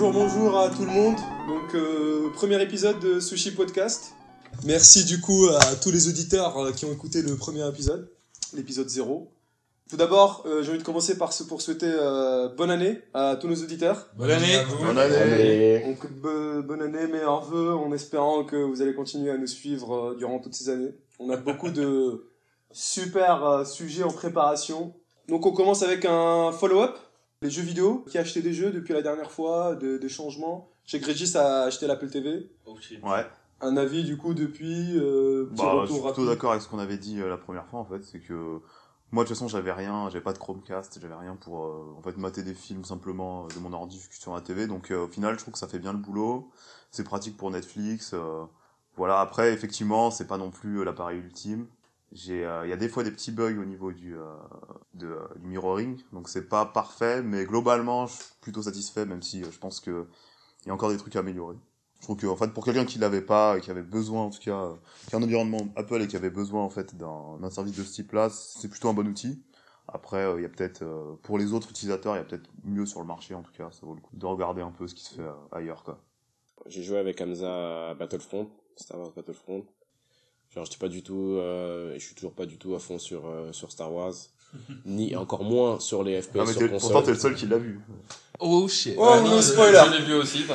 bonjour à tout le monde. Donc, premier épisode de Sushi Podcast. Merci du coup à tous les auditeurs qui ont écouté le premier épisode, l'épisode 0. Tout d'abord, j'ai envie de commencer pour souhaiter bonne année à tous nos auditeurs. Bonne année à vous. Bonne année. Donc, bonne année, meilleurs vœux, en espérant que vous allez continuer à nous suivre durant toutes ces années. On a beaucoup de super sujets en préparation. Donc, on commence avec un follow-up. Les jeux vidéo, qui a acheté des jeux depuis la dernière fois, des changements. Chez Grégis a acheté l'Apple TV. Oh shit. Ouais. Un avis du coup depuis Je suis plutôt d'accord avec ce qu'on avait dit la première fois en fait, c'est que moi de toute façon j'avais pas de Chromecast, j'avais rien pour en fait mater des films simplement de mon ordi sur la TV, donc au final je trouve que ça fait bien le boulot, c'est pratique pour Netflix, voilà. Après effectivement c'est pas non plus l'appareil ultime. Il y a des fois des petits bugs au niveau du mirroring, donc c'est pas parfait, mais globalement je suis plutôt satisfait, même si je pense que il y a encore des trucs à améliorer. Je trouve que en fait pour quelqu'un qui l'avait pas et qui avait besoin en tout cas qui a un environnement Apple et qui avait besoin en fait d'un service de ce type-là, c'est plutôt un bon outil. Après il y a peut-être pour les autres utilisateurs, il y a peut-être mieux sur le marché en tout cas, ça vaut le coup de regarder un peu ce qui se fait ailleurs quoi. J'ai joué avec Hamza à Battlefront, Star Wars Battlefront. Genre j'étais pas du tout et je suis toujours pas du tout à fond sur Star Wars, ni encore moins sur les FPS sur console. Pourtant t'es le seul qui l'a vu. Oh shit. Oh, no spoiler. Je l'ai vu aussi.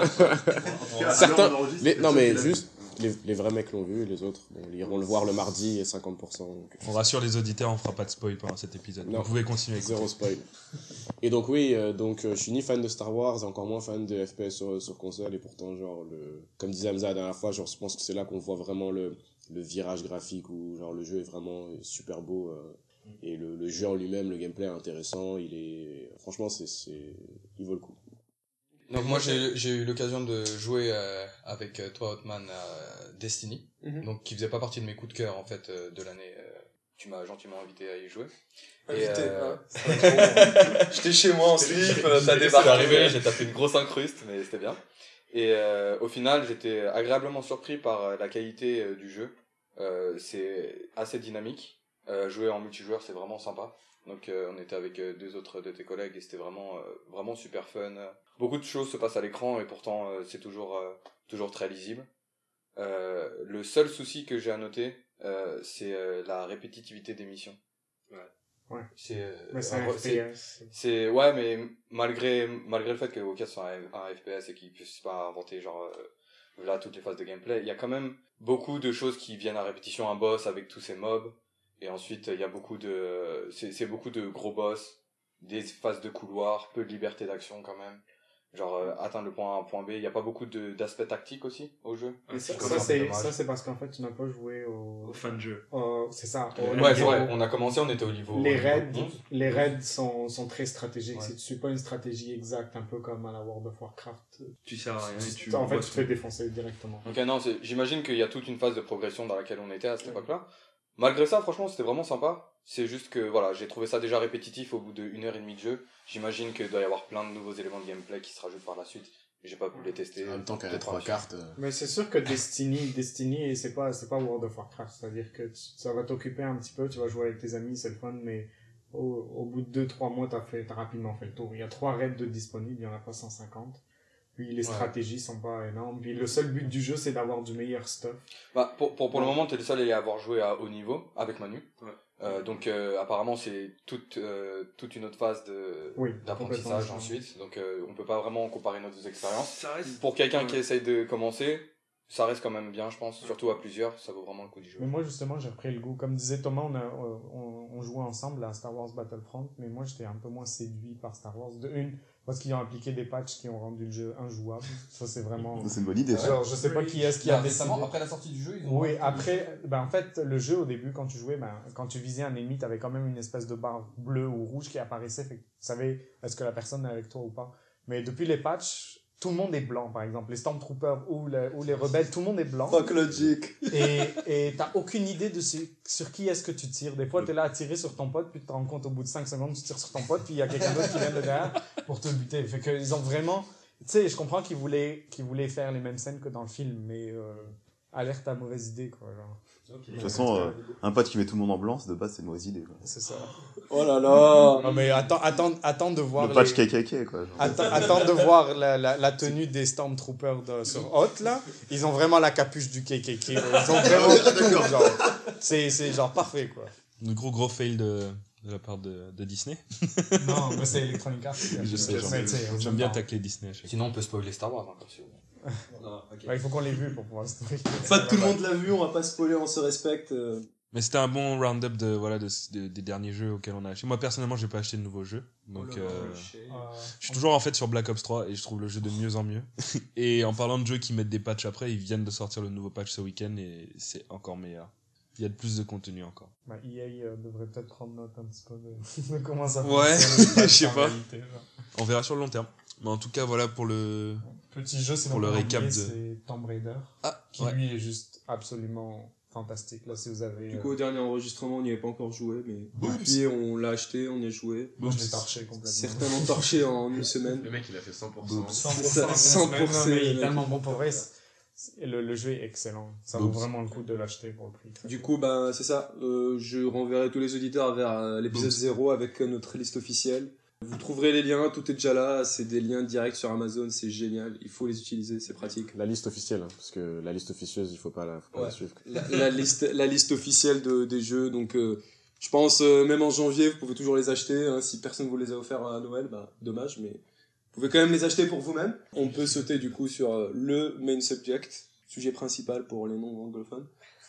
Certains, mais juste les vrais mecs l'ont vu, et les autres bon, ils iront le voir le mardi et 50%. Donc... On rassure les auditeurs, on fera pas de spoil pendant cet épisode. Non. Vous pouvez continuer. Zéro spoil. Et donc oui, je suis ni fan de Star Wars, encore moins fan de FPS sur console, et pourtant genre comme disait Hamza la dernière fois, genre je pense que c'est là qu'on voit vraiment le virage graphique où genre le jeu est vraiment super beau et le jeu en lui-même, le gameplay est intéressant, franchement il vaut le coup. Donc moi j'ai eu l'occasion de jouer avec toi Hotman à Destiny, donc qui faisait pas partie de mes coups de cœur en fait de l'année. Tu m'as gentiment invité à y jouer. J'étais chez moi en slip, t'as Je débarqué. suis arrivé, j'ai tapé une grosse incruste, mais c'était bien. Et au final j'étais agréablement surpris par la qualité du jeu. C'est assez dynamique. Jouer en multijoueur c'est vraiment sympa. Donc on était avec deux autres de tes collègues et c'était vraiment super fun. Beaucoup de choses se passent à l'écran et pourtant c'est toujours très lisible. Le seul souci que j'ai à noter c'est la répétitivité des missions. Ouais. Mais c'est un FPS. mais malgré le fait que Wokast soit un FPS et qu'il puisse pas inventer genre là toutes les phases de gameplay, il y a quand même beaucoup de choses qui viennent à répétition. Un boss avec tous ses mobs. Et ensuite, il y a beaucoup c'est beaucoup de gros boss, des phases de couloir, peu de liberté d'action quand même. Genre, atteindre le point A, point B, il n'y a pas beaucoup d'aspects tactiques aussi au jeu. Et ça c'est parce qu'en fait, tu n'as pas joué au fin de jeu. C'est ça. Ouais, c'est vrai, on a commencé, on était au niveau. Les raids sont très stratégiques. Ouais. Si tu suis pas une stratégie exacte, un peu comme à la World of Warcraft, Tu sers à rien et tu. en fait, tu te fais défoncer directement. Ok, non, j'imagine qu'il y a toute une phase de progression dans laquelle on était à cette époque-là. Malgré ça, franchement, c'était vraiment sympa. C'est juste que, voilà, j'ai trouvé ça déjà répétitif au bout d'1 heure et demie de jeu. J'imagine qu'il doit y avoir plein de nouveaux éléments de gameplay qui se rajoutent par la suite. J'ai pas pu les tester. En même temps qu'il y a les 3 cartes. Mais c'est sûr que Destiny, c'est pas World of Warcraft. C'est-à-dire que ça va t'occuper un petit peu, tu vas jouer avec tes amis, c'est le fun, mais au bout de 2-3 mois, t'as rapidement fait le tour. Il y a 3 raids de disponibles, il y en a pas 150. Puis les stratégies sont pas énormes. Puis le seul but du jeu, c'est d'avoir du meilleur stuff. Bah, pour le moment, t'es le seul à y avoir joué à haut niveau, avec Manu. Ouais. Donc, apparemment, c'est toute une autre phase d'apprentissage ensuite. Donc, on peut pas vraiment comparer nos deux expériences. Pour quelqu'un qui essaye de commencer, ça reste quand même bien, je pense. Surtout à plusieurs, ça vaut vraiment le coup d'y jouer. Mais moi, justement, j'ai repris le goût. Comme disait Thomas, on jouait ensemble à Star Wars Battlefront, mais moi, j'étais un peu moins séduit par Star Wars. Parce qu'ils ont appliqué des patchs qui ont rendu le jeu injouable. Ça, c'est vraiment... C'est une bonne idée. Genre, je sais pas qui est-ce qui a décidé. Après la sortie du jeu, ils ont... Oui, après, en fait, le jeu, au début, quand tu jouais, quand tu visais un ennemi, t'avais quand même une espèce de barre bleue ou rouge qui apparaissait, fait que tu savais est-ce que la personne est avec toi ou pas. Mais depuis les patchs, tout le monde est blanc, par exemple. Les Stormtroopers ou les rebelles, tout le monde est blanc. Fuck logic. Et t'as aucune idée de sur qui est-ce que tu tires. Des fois, t'es là à tirer sur ton pote, puis tu te rends compte au bout de 5 secondes, tu tires sur ton pote, puis il y a quelqu'un d'autre qui vient de derrière pour te buter. Fait qu'ils ont vraiment... Tu sais, je comprends qu'ils voulaient faire les mêmes scènes que dans le film, mais alerte à mauvaise idée, quoi, genre. De toute façon, un pote qui met tout le monde en blanc, de base, c'est une mauvaise idée, quoi. C'est ça. Oh là là. Non, mais attends de voir Le patch KKK, quoi. Genre. Attends de voir la tenue des Stormtroopers sur Hot, là. Ils ont vraiment la capuche du KKK. Ils ont vraiment tout, genre. C'est genre parfait, quoi. Le gros fail de la part de Disney. Non, mais c'est Electronic Arts. Je sais, j'aime bien tacler Disney à chaque fois. Sinon, on peut spoiler Star Wars encore si vous voulez. Non, ok. Ouais, il faut qu'on l'ait vu pour pouvoir le story. Pas tout le monde l'a vu, on va pas spoiler, on se respecte. Mais c'était un bon round-up des derniers jeux auxquels on a acheté. Moi, personnellement, j'ai pas acheté de nouveaux jeux. Donc, je suis toujours en fait sur Black Ops 3 et je trouve le jeu de mieux en mieux. Et en parlant de jeux qui mettent des patchs après, ils viennent de sortir le nouveau patch ce week-end et c'est encore meilleur. Il y a de plus de contenu encore. Bah, EA devrait peut-être prendre note un petit peu de comment ça Ouais, fonctionne. je sais en pas. réalité, genre. On verra sur le long terme. Mais en tout cas, voilà pour le... Petit jeu, c'est Pour le récap de- c'est Tomb Raider, qui ouais. lui est juste absolument fantastique. Là, si vous avez... Du coup, au dernier enregistrement, on n'y avait pas encore joué, mais depuis, on l'a acheté, on y a joué. moi, je l'ai torché complètement. Certains l'ont torché en une semaine. Le mec, il a fait 100%. 100%, mais 100%, il est mec. tellement bon pour vrai. Le jeu est excellent. Ça vaut Boobs. vraiment le coup de l'acheter pour le prix. Du coup, ben, c'est ça. Je renverrai tous les auditeurs vers l'épisode Boobs. 0 avec notre liste officielle. Vous trouverez les liens, tout est déjà là. C'est des liens directs sur Amazon, c'est génial. Il faut les utiliser, c'est pratique. La liste officielle, hein, parce que la liste officieuse, il faut pas la Ouais. suivre. La liste officielle des jeux. Donc, je pense, même en janvier, vous pouvez toujours les acheter. Hein, si personne vous les a offerts à Noël, bah, dommage, mais vous pouvez quand même les acheter pour vous-même. On peut sauter du coup sur le main subject, sujet principal pour les non-anglophones.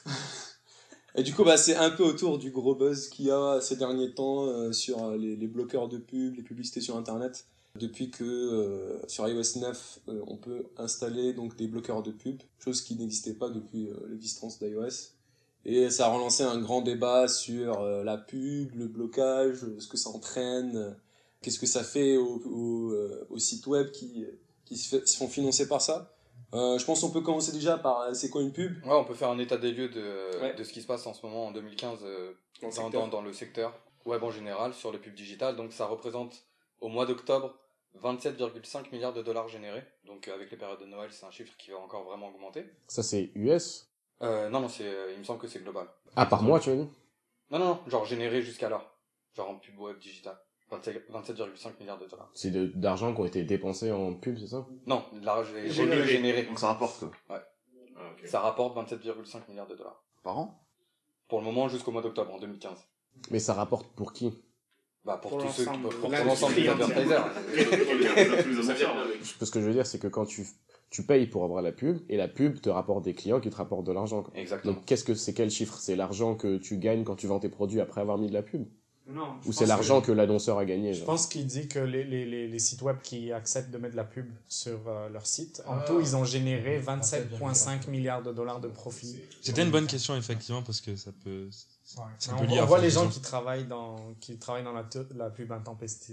Et du coup, bah, c'est un peu autour du gros buzz qu'il y a ces derniers temps sur les bloqueurs de pub, les publicités sur Internet. Depuis que sur iOS 9, on peut installer donc des bloqueurs de pub, chose qui n'existait pas depuis l'existence d'iOS. Et ça a relancé un grand débat sur la pub, le blocage, ce que ça entraîne, qu'est-ce que ça fait aux sites web qui se font financer par ça. Je pense qu'on peut commencer déjà par c'est quoi une pub. Ouais, on peut faire un état des lieux Ouais. de ce qui se passe en ce moment en 2015 Dans le secteur. dans le secteur web en général, sur les pubs digitales. Donc ça représente au mois d'octobre 27,5 milliards de dollars générés. Donc avec les périodes de Noël, c'est un chiffre qui va encore vraiment augmenter. Ça, c'est US? Non, il me semble que c'est global. Ah, par mois, tu as dit? Non, genre généré jusqu'alors. Genre en pub web digital. 27,5 milliards de dollars. C'est d'argent qui ont été dépensés en pub, c'est ça? Non, l'argent généré. Donc ça rapporte, quoi. Ah, ok. Ça rapporte 27,5 milliards de dollars. Par an? Pour le moment, jusqu'au mois d'octobre, en 2015. Mais ça rapporte pour qui? Bah, pour Pour tous ceux qui l'ensemble, pour l'industrie l'ensemble des entière. advertisers. Parce que ce que je veux dire, c'est que quand tu payes pour avoir la pub, et la pub te rapporte des clients qui te rapportent de l'argent, quoi. Exactement. Donc, c'est quel chiffre? C'est l'argent que tu gagnes quand tu vends tes produits après avoir mis de la pub? Non, Ou c'est l'argent que l'annonceur a gagné? Je genre pense qu'il dit que les sites web qui acceptent de mettre de la pub sur leur site, en tout, ils ont généré 27,5 milliards de dollars de profit. C'était une bonne question, effectivement, parce que ça peut... Ça peut lier On à voit faire les des gens gens. qui travaillent dans la pub intempestive.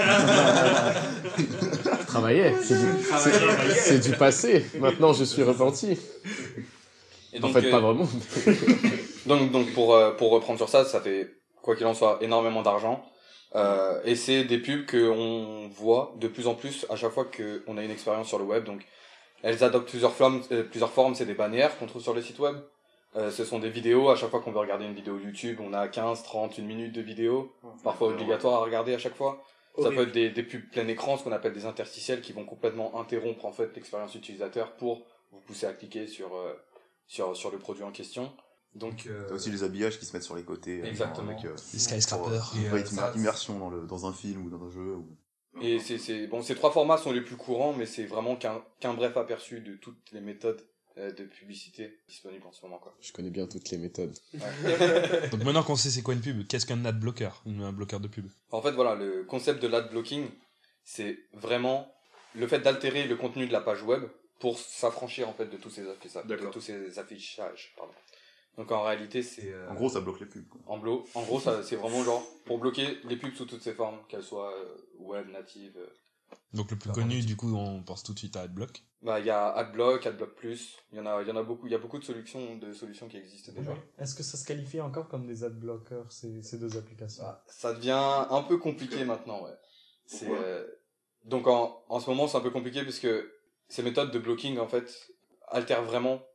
Je travaillais. C'est du passé. Maintenant, je suis repenti. Et En fait, pas vraiment. donc pour reprendre sur ça, ça fait, quoi qu'il en soit, énormément d'argent. Et c'est des pubs qu'on voit de plus en plus à chaque fois qu'on a une expérience sur le web. Donc, elles adoptent plusieurs formes. C'est des bannières qu'on trouve sur les sites web. Ce sont des vidéos. À chaque fois qu'on veut regarder une vidéo YouTube, on a 15, 30, une minute de vidéo. Parfois obligatoire à regarder à chaque fois. Ça peut être des pubs plein écran, ce qu'on appelle des interstitiels, qui vont complètement interrompre en fait l'expérience utilisateur pour vous pousser à cliquer sur le produit en question. Donc T'as aussi les habillages qui se mettent sur les côtés. Exactement. Avec, Les skyscrapers. pour pas être immersion dans un film ou dans un jeu. et ces trois formats sont les plus courants, mais c'est vraiment qu'un bref aperçu de toutes les méthodes de publicité disponibles en ce moment, quoi. Je connais bien toutes les méthodes. Donc maintenant qu'on sait c'est quoi une pub, qu'est-ce qu'un ad blocker? Un bloqueur de pub. En fait, voilà, le concept de l'ad blocking, c'est vraiment le fait d'altérer le contenu de la page web pour s'affranchir en fait de tous ces affichages. Pardon. Donc en réalité, c'est En gros, ça bloque les pubs, quoi. en gros, ça, c'est vraiment genre pour bloquer les pubs sous toutes ces formes, qu'elles soient web, natives. Donc le plus connu, du coup, on pense tout de suite à Adblock. Bah, il y a Adblock, Adblock Plus. Il y en a beaucoup. Il y a beaucoup de solutions qui existent déjà. Est-ce que ça se qualifie encore comme des ad blockers, ces deux applications? Ça devient un peu compliqué maintenant, ouais. C'est donc en ce moment, c'est un peu compliqué parce que ces méthodes de blocking en fait altèrent vraiment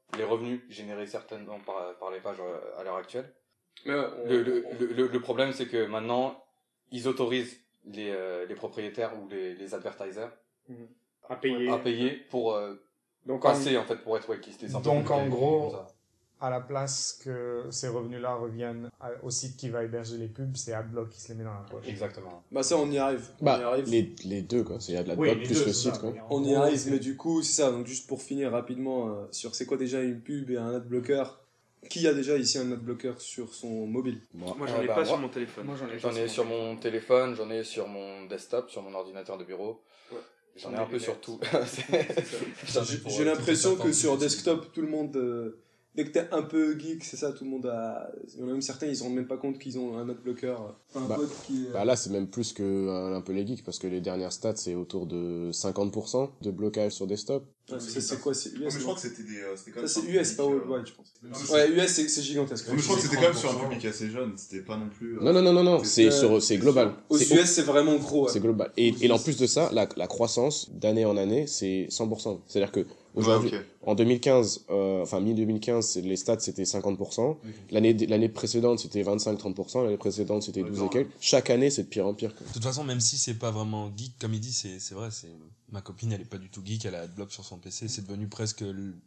les revenus générés certainement par les pages à l'heure actuelle. Mais ouais, Le problème, c'est que maintenant, ils autorisent les propriétaires ou les advertisers à payer pour donc passer, en fait, pour être whitelistés. Donc, en gros, à la place que ces revenus-là reviennent au site qui va héberger les pubs, c'est AdBlock qui se les met dans la poche. Exactement. Bah ça, on y arrive. Les deux, quoi. C'est AdBlock plus le site, quoi. On y arrive, mais du coup, c'est ça. Donc, juste pour finir rapidement sur c'est quoi déjà une pub et un adblocker. Qui a déjà ici un adblocker sur son mobile? Moi, j'en ai pas sur mon téléphone. Moi, j'en ai sur mon téléphone, j'en ai sur mon desktop, sur mon ordinateur de bureau. Ouais. J'en ai un peu sur tout. J'ai l'impression que sur desktop, tout le monde... dès que t'es un peu geek, c'est ça, tout le monde a... Il y en a même certains, ils se rendent même pas compte qu'ils ont un adblocker. Pote qui... là, c'est même plus que un peu les geeks, parce que les dernières stats, c'est autour de 50% de blocage sur desktop. C'est quoi, c'est US? Je crois que c'était quand même... Ça, c'est US, pas worldwide, je pense. Ouais, US, c'est gigantesque. Je crois que c'était quand même sur un public assez jeune, c'était pas non plus... Non, c'est global. Aux US, c'est vraiment gros. Ouais. C'est global. Et en plus de ça, la croissance d'année en année, c'est 100%. C'est-à-dire que aujourd'hui, en 2015, mi-2015, les stats c'était 50%. L'année précédente c'était 25-30%. L'année précédente c'était 12 et quelques. Chaque année c'est de pire en pire. Quoi. De toute façon, même si c'est pas vraiment geek, comme il dit, c'est vrai, ma copine elle est pas du tout geek, elle a AdBlock sur son PC, c'est devenu presque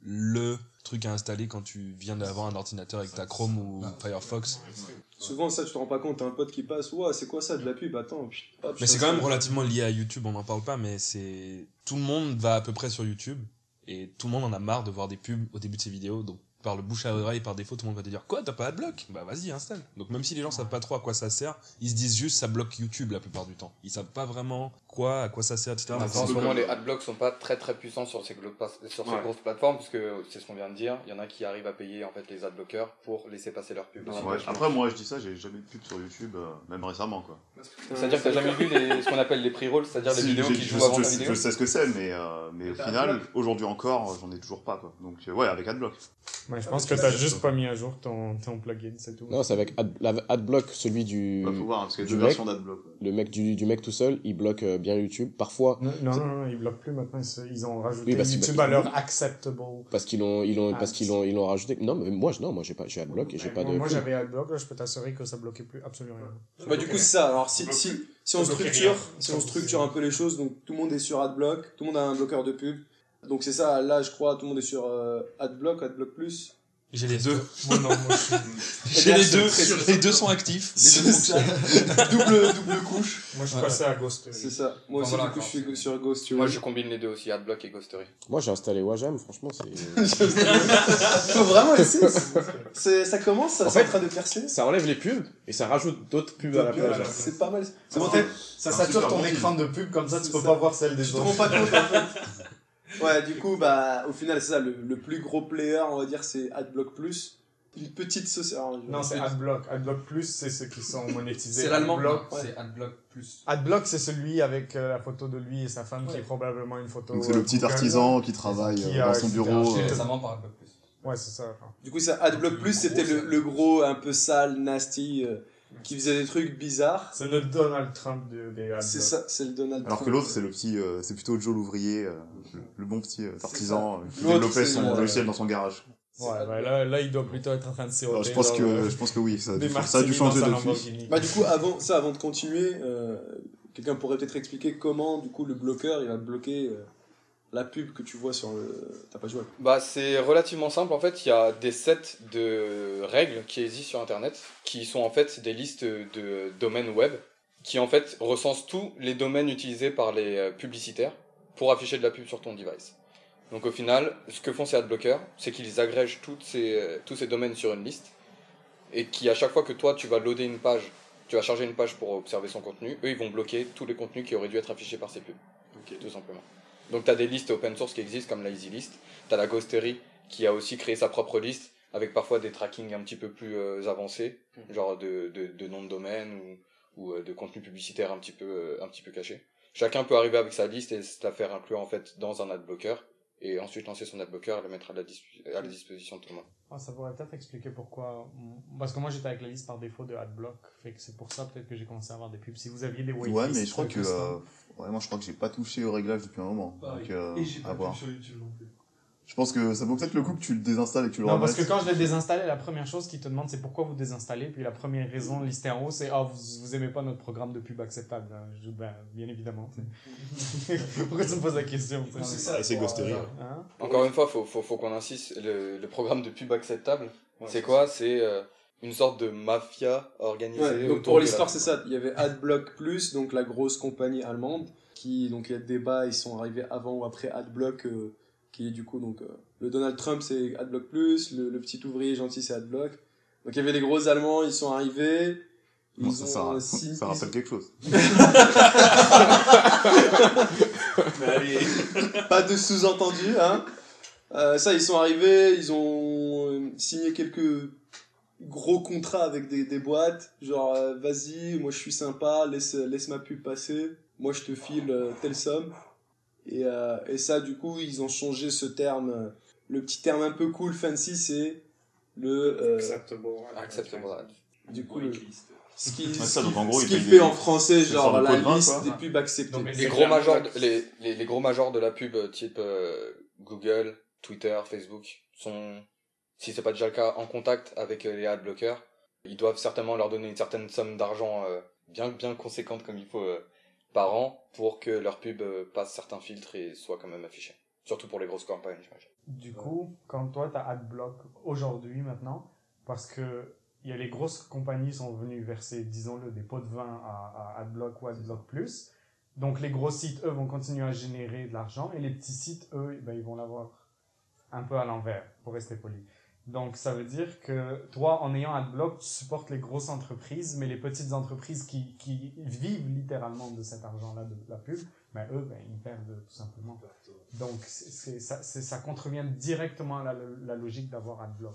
le truc à installer quand tu viens d'avoir un ordinateur avec ta Chrome ou Firefox. Souvent ça tu te rends pas compte, t'as un pote qui passe, ouais c'est quoi ça de la pub, attends. Hop, mais c'est quand même relativement lié à YouTube, on n'en parle pas, mais tout le monde va à peu près sur YouTube. Et tout le monde en a marre de voir des pubs au début de ses vidéos, donc par le bouche à oreille, par défaut, tout le monde va te dire quoi, t'as pas AdBlock? Bah vas-y, installe. Donc même si les gens savent pas trop à quoi ça sert, ils se disent juste ça bloque YouTube la plupart du temps. Ils savent pas vraiment à quoi ça sert, etc. En ce moment, les adblocks sont pas très très puissants sur ces grosses plateformes, puisque c'est ce qu'on vient de dire. Il y en a qui arrivent à payer en fait les adblockers pour laisser passer leurs pubs. Ouais. Après, moi je dis ça, j'ai jamais de pub sur YouTube, même récemment quoi. C'est-à-dire que t'as jamais vu ce qu'on appelle les pre-rolls, c'est-à-dire les vidéos qui jouent avant ta vidéo? Je sais ce que c'est, mais au final, aujourd'hui encore, j'en ai toujours pas quoi. Donc ouais, avec AdBlock. Ouais, je pense que t'as juste pas mis à jour ton plugin, c'est tout. Non, c'est avec AdBlock, celui du. Faut voir, parce qu'il y a deux versions d'AdBlock. Le mec du mec tout seul, il bloque bien YouTube. Parfois. Non, ils bloquent plus maintenant. Ils ont rajouté YouTube à leur acceptable. Parce qu'ils l'ont rajouté. Non, mais moi j'ai AdBlock et j'ai pas de. Moi j'avais AdBlock, là je peux t'assurer que ça bloquait plus absolument rien. Bah du coup c'est ça. Alors si on structure un peu les choses, donc tout le monde est sur AdBlock, tout le monde a un bloqueur de pub. Donc c'est ça, là je crois tout le monde est sur AdBlock Plus. J'ai les deux. Moi non, j'ai les deux sont actifs. Les deux fonctionnent. double couche. Moi je suis passé à Ghostery. C'est ça. Moi aussi du coup je suis sur Ghostery. Moi je combine les deux aussi, AdBlock et Ghostery. Moi j'ai installé Wajam, franchement c'est... Faut vraiment essayer. Ça commence, ça est en train de percer. Ça enlève les pubs et ça rajoute d'autres pubs à la plage. C'est pas mal. Ça sature ton écran de pub comme ça tu peux pas voir celle des autres. Tu te rends pas compte en fait. Ouais, du coup, bah, au final, c'est ça, le plus gros player, on va dire, c'est AdBlock Plus. Une petite sauce. Non, c'est AdBlock. AdBlock Plus, c'est ceux qui sont monétisés. C'est l'allemand. C'est AdBlock Plus. AdBlock, c'est celui avec la photo de lui et sa femme qui est probablement une photo. Donc c'est le petit artisan qui travaille dans son bureau. Récemment par AdBlock Plus. Ouais, c'est ça. Du coup, ça, AdBlock Plus, c'était le gros, un peu sale, nasty, qui faisait des trucs bizarres. C'est le Donald Trump des AdBlock. C'est ça, c'est le Donald Trump. Alors que l'autre, c'est le petit, c'est plutôt Joe l'ouvrier, le bon petit artisan qui développait son logiciel dans son garage. Ouais, bah là, il doit plutôt être en train de s'éroder. Je pense que oui, ça a dû changer depuis. Bah, du coup, avant de continuer, quelqu'un pourrait peut-être expliquer comment, du coup, le bloqueur, il va bloquer la pub que tu vois sur ta page web. Bah, c'est relativement simple. En fait, il y a des sets de règles qui existent sur Internet, qui sont en fait des listes de domaines web, qui en fait recensent tous les domaines utilisés par les publicitaires pour afficher de la pub sur ton device. Donc au final, ce que font ces adblockers, c'est qu'ils agrègent tous ces domaines sur une liste, et qui à chaque fois que toi tu vas loader une page, tu vas charger une page pour observer son contenu, eux ils vont bloquer tous les contenus qui auraient dû être affichés par ces pubs. Tout simplement. Donc tu as des listes open source qui existent comme la EasyList, tu as la Ghostery qui a aussi créé sa propre liste, avec parfois des trackings un petit peu plus avancés, genre de nom de domaine ou de contenu publicitaire un petit peu caché. Chacun peut arriver avec sa liste et se la faire inclure en fait dans un adblocker, et ensuite lancer son adblocker et le mettre à la disposition de tout le monde. Ça pourrait peut-être expliquer pourquoi, parce que moi j'étais avec la liste par défaut de AdBlock, fait que c'est pour ça peut-être que j'ai commencé à avoir des pubs. Si vous aviez des waitlists... Ouais, mais je crois que moi je crois que j'ai pas touché au réglage depuis un moment. Donc, et j'ai pas de pub sur YouTube non plus. Je pense que ça vaut peut-être le coup que tu le désinstalles et que tu le Non, remettes. parce que quand je l'ai désinstallé, la première chose qu'ils te demandent, c'est pourquoi vous désinstallez. Puis la première raison listée en haut, c'est vous aimez pas notre programme de pub acceptable. Bien évidemment. Pourquoi tu me poses la question? C'est ça, c'est ghosterie. Hein? Encore une fois, faut qu'on insiste. Le programme de pub acceptable, c'est quoi? C'est une sorte de mafia organisée. Ouais, donc autour pour de l'histoire, la c'est ça. Il y avait AdBlock Plus, donc la grosse compagnie allemande, donc il y a le débat, ils sont arrivés avant ou après AdBlock, qui est du coup, donc, le Donald Trump, c'est AdBlock Plus, le petit ouvrier gentil, c'est AdBlock. Donc il y avait les gros Allemands, ils sont arrivés. Non, ça rappelle quelque chose. Pas de sous-entendu, hein. Ça, ils sont arrivés, ils ont signé quelques gros contrats avec des boîtes, genre vas-y, moi je suis sympa, laisse ma pub passer, moi je te file telle somme. Et ça, du coup, ils ont changé ce terme, le petit terme un peu cool, fancy, c'est le... acceptable. Du coup, ce qui donc en gros, fait en français, c'est genre sur le la code 20, liste quoi. des pubs acceptées. Donc, Les gros majors, les gros majors de la pub type Google, Twitter, Facebook sont, si c'est pas déjà le cas, en contact avec les adblockers. Ils doivent certainement leur donner une certaine somme d'argent bien conséquente comme il faut par an pour que leur pub passe certains filtres et soit quand même affichée. Surtout pour les grosses campagnes, j'imagine. Du coup, quand toi, tu as AdBlock aujourd'hui, maintenant, parce que il y a les grosses compagnies sont venues verser, disons-le, des pots de vin à AdBlock ou AdBlock Plus. Donc, les gros sites, eux, vont continuer à générer de l'argent et les petits sites, eux, ils vont l'avoir un peu à l'envers, pour rester poli. Donc, ça veut dire que toi, en ayant AdBlock, tu supportes les grosses entreprises, mais les petites entreprises qui vivent littéralement de cet argent-là, de la pub, eux, ils perdent tout simplement. Donc, ça contrevient directement à la logique d'avoir AdBlock.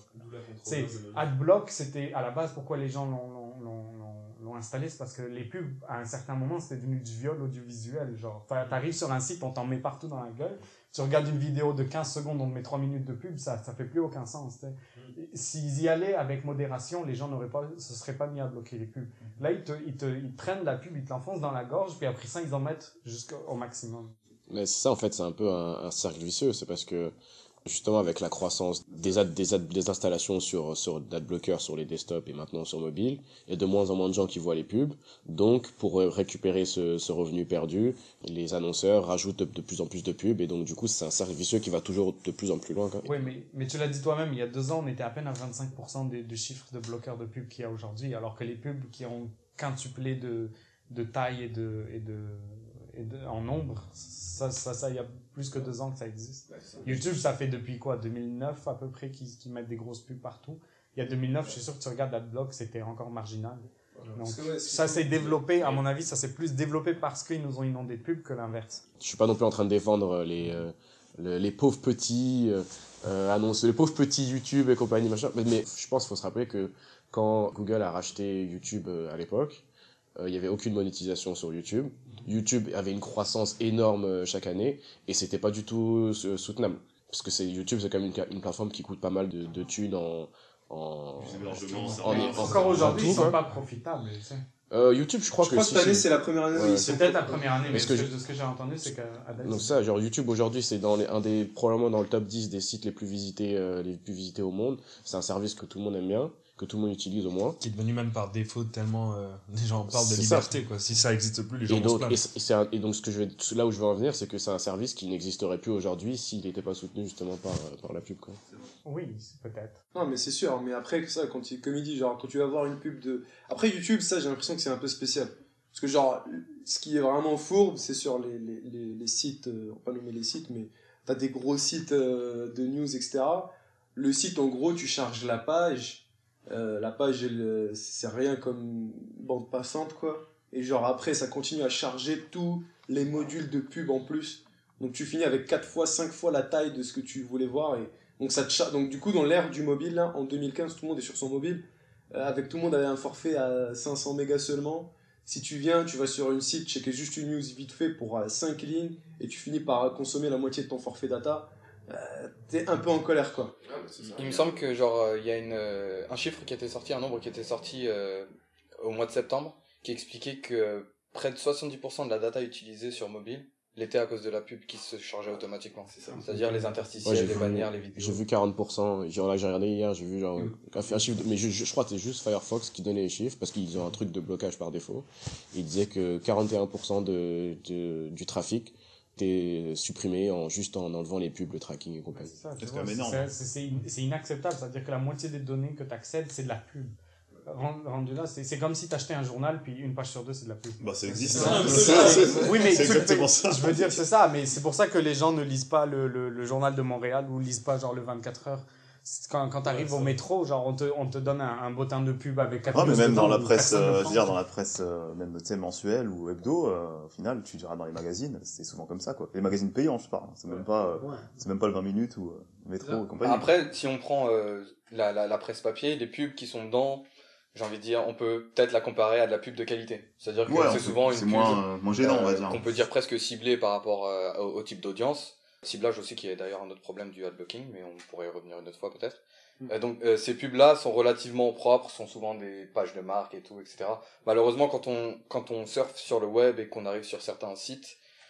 AdBlock, c'était à la base pourquoi les gens l'ont installé, c'est parce que les pubs, à un certain moment, c'était devenu du viol audiovisuel. Genre, t'arrives sur un site, on t'en met partout dans la gueule. Tu regardes une vidéo de 15 secondes, on te met 3 minutes de pub, ça fait plus aucun sens. S'ils y allaient avec modération, les gens se seraient pas mis à bloquer les pubs. Là, ils prennent la pub, ils te l'enfoncent dans la gorge, puis après ça, ils en mettent jusqu'au maximum. Mais c'est ça, en fait, c'est un peu un cercle vicieux. C'est parce que, justement, avec la croissance des installations sur d'adblockers sur les desktops et maintenant sur mobile, il y a de moins en moins de gens qui voient les pubs. Donc, pour récupérer ce revenu perdu, les annonceurs rajoutent de plus en plus de pubs. Et donc, du coup, c'est un cercle vicieux qui va toujours de plus en plus loin. Oui, mais tu l'as dit toi-même, il y a 2 ans, on était à peine à 25% du chiffre de bloqueurs de pubs qu'il y a aujourd'hui, alors que les pubs qui ont quintuplé de taille en nombre, ça, il y a plus que 2 ans que ça existe. YouTube, ça fait depuis quoi, 2009 à peu près qu'ils mettent des grosses pubs partout. Il y a 2009, je suis sûr que tu regardes AdBlock, c'était encore marginal. Donc, ça s'est développé, à mon avis, ça s'est plus développé parce qu'ils nous ont inondé de pubs que l'inverse. Je suis pas non plus en train de défendre les pauvres petits les pauvres petits YouTube et compagnie, machin. Mais je pense qu'il faut se rappeler que quand Google a racheté YouTube à l'époque, il y avait aucune monétisation sur YouTube. YouTube avait une croissance énorme chaque année et c'était pas du tout soutenable. Parce que YouTube, c'est quand même une plateforme qui coûte pas mal de thunes encore aujourd'hui, ils sont pas profitables. Tu sais. YouTube, je crois que cette année, c'est la première année. Ouais. C'est peut-être la première année, mais Parce de ce que j'ai entendu, c'est qu'à donc ça, genre YouTube aujourd'hui, c'est probablement dans le top 10 des sites les plus visités au monde. C'est un service que tout le monde aime bien, que tout le monde utilise au moins. Qui est devenu même par défaut tellement les gens parlent de C'est liberté, quoi. Si ça existe plus, les gens vont se plaindre. Et donc là où je veux en venir, c'est que c'est un service qui n'existerait plus aujourd'hui s'il n'était pas soutenu justement par la pub, quoi. Oui, peut-être. Non, mais c'est sûr. Mais après, ça, comme il dit, genre, quand tu vas voir une pub de... Après, YouTube, ça, j'ai l'impression que c'est un peu spécial. Parce que, genre, ce qui est vraiment fourbe, c'est sur les sites, on va pas nommer les sites, mais t'as des gros sites de news, etc. Le site, en gros, tu charges la page. La page, c'est rien comme bande passante, quoi. Et genre, après, ça continue à charger tous les modules de pub en plus. Donc, tu finis avec 4 fois, 5 fois la taille de ce que tu voulais voir. Et donc, du coup, dans l'ère du mobile, là, en 2015, tout le monde est sur son mobile. Tout le monde avait un forfait à 500 mégas seulement. Si tu vas sur une site, checker juste une news vite fait pour 5 lignes, et tu finis par consommer la moitié de ton forfait data, t'es un peu en colère, quoi. Il me semble que genre il y a un chiffre qui était sorti, un nombre qui était sorti au mois de septembre, qui expliquait que près de 70% de la data utilisée sur mobile l'été à cause de la pub qui se chargeait automatiquement. C'est-à-dire les interstitiels, les bannières, les vidéos. J'ai vu 40%. J'ai regardé hier, j'ai vu genre un chiffre, mais je crois que c'est juste Firefox qui donnait les chiffres parce qu'ils ont un truc de blocage par défaut. Il disait que 41% du trafic était supprimé juste en enlevant les pubs, le tracking et compagnie. C'est quand même énorme. C'est inacceptable, c'est-à-dire que la moitié des données que tu accèdes, c'est de la pub. Rendu là, c'est comme si t'achetais un journal puis une page sur deux c'est de la pub. Bah ça existe. Oui mais c'est exactement ça. Je veux dire c'est ça, mais c'est pour ça que les gens ne lisent pas le journal de Montréal ou lisent pas genre le 24 heures. Quand t'arrives au métro, genre on te donne un bottin de pub avec 4 mais même dans la presse, je veux dire dans la presse même tu sais mensuelle ou hebdo, au final tu diras dans les magazines, c'est souvent comme ça quoi. Les magazines payants je parle, c'est même pas le 20 minutes ou métro et compagnie. Après si on prend la presse papier, les pubs qui sont dedans, j'ai envie de dire, on peut peut-être la comparer à de la pub de qualité. C'est-à-dire que c'est souvent une pub moins gênant, on va dire. Qu'on peut dire presque ciblée par rapport au type d'audience. Ciblage aussi qui est d'ailleurs un autre problème du adblocking, mais on pourrait y revenir une autre fois peut-être. Donc ces pubs-là sont relativement propres, sont souvent des pages de marque et tout, etc. Malheureusement, quand on surfe sur le web et qu'on arrive sur certains sites,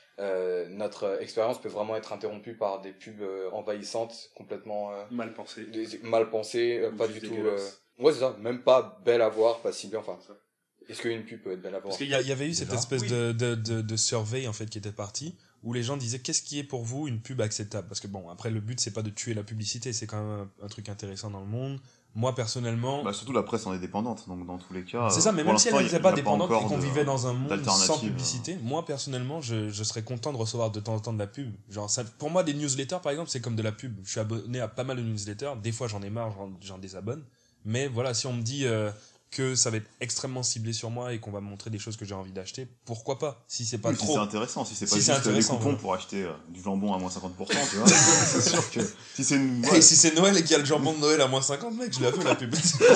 notre expérience peut vraiment être interrompue par des pubs envahissantes, complètement mal pensées, pas du tout. Ouais, c'est ça, même pas belle à voir, pas ciblée, enfin. Est-ce qu'une pub peut être belle à voir? Parce qu'il y avait eu cette espèce de survey en fait qui était partie où les gens disaient qu'est-ce qui est pour vous une pub acceptable, parce que bon après le but c'est pas de tuer la publicité, c'est quand même un truc intéressant dans le monde. Moi personnellement surtout la presse en est dépendante, donc dans tous les cas c'est ça, mais même si elle n'était pas dépendante et qu'on vivait dans un monde sans publicité, moi personnellement je serais content de recevoir de temps en temps de la pub. Genre ça, pour moi des newsletters par exemple c'est comme de la pub. Je suis abonné à pas mal de newsletters, des fois j'en ai marre, j'en désabonne, mais voilà, si on me dit que ça va être extrêmement ciblé sur moi et qu'on va me montrer des choses que j'ai envie d'acheter, pourquoi pas, si c'est pas trop. Si c'est intéressant, si c'est pas juste des coupons pour acheter du jambon à moins 50%, tu vois. C'est sûr que si c'est et si c'est Noël et qu'il y a le jambon de Noël à moins 50, mec, je l'ai fait la pub.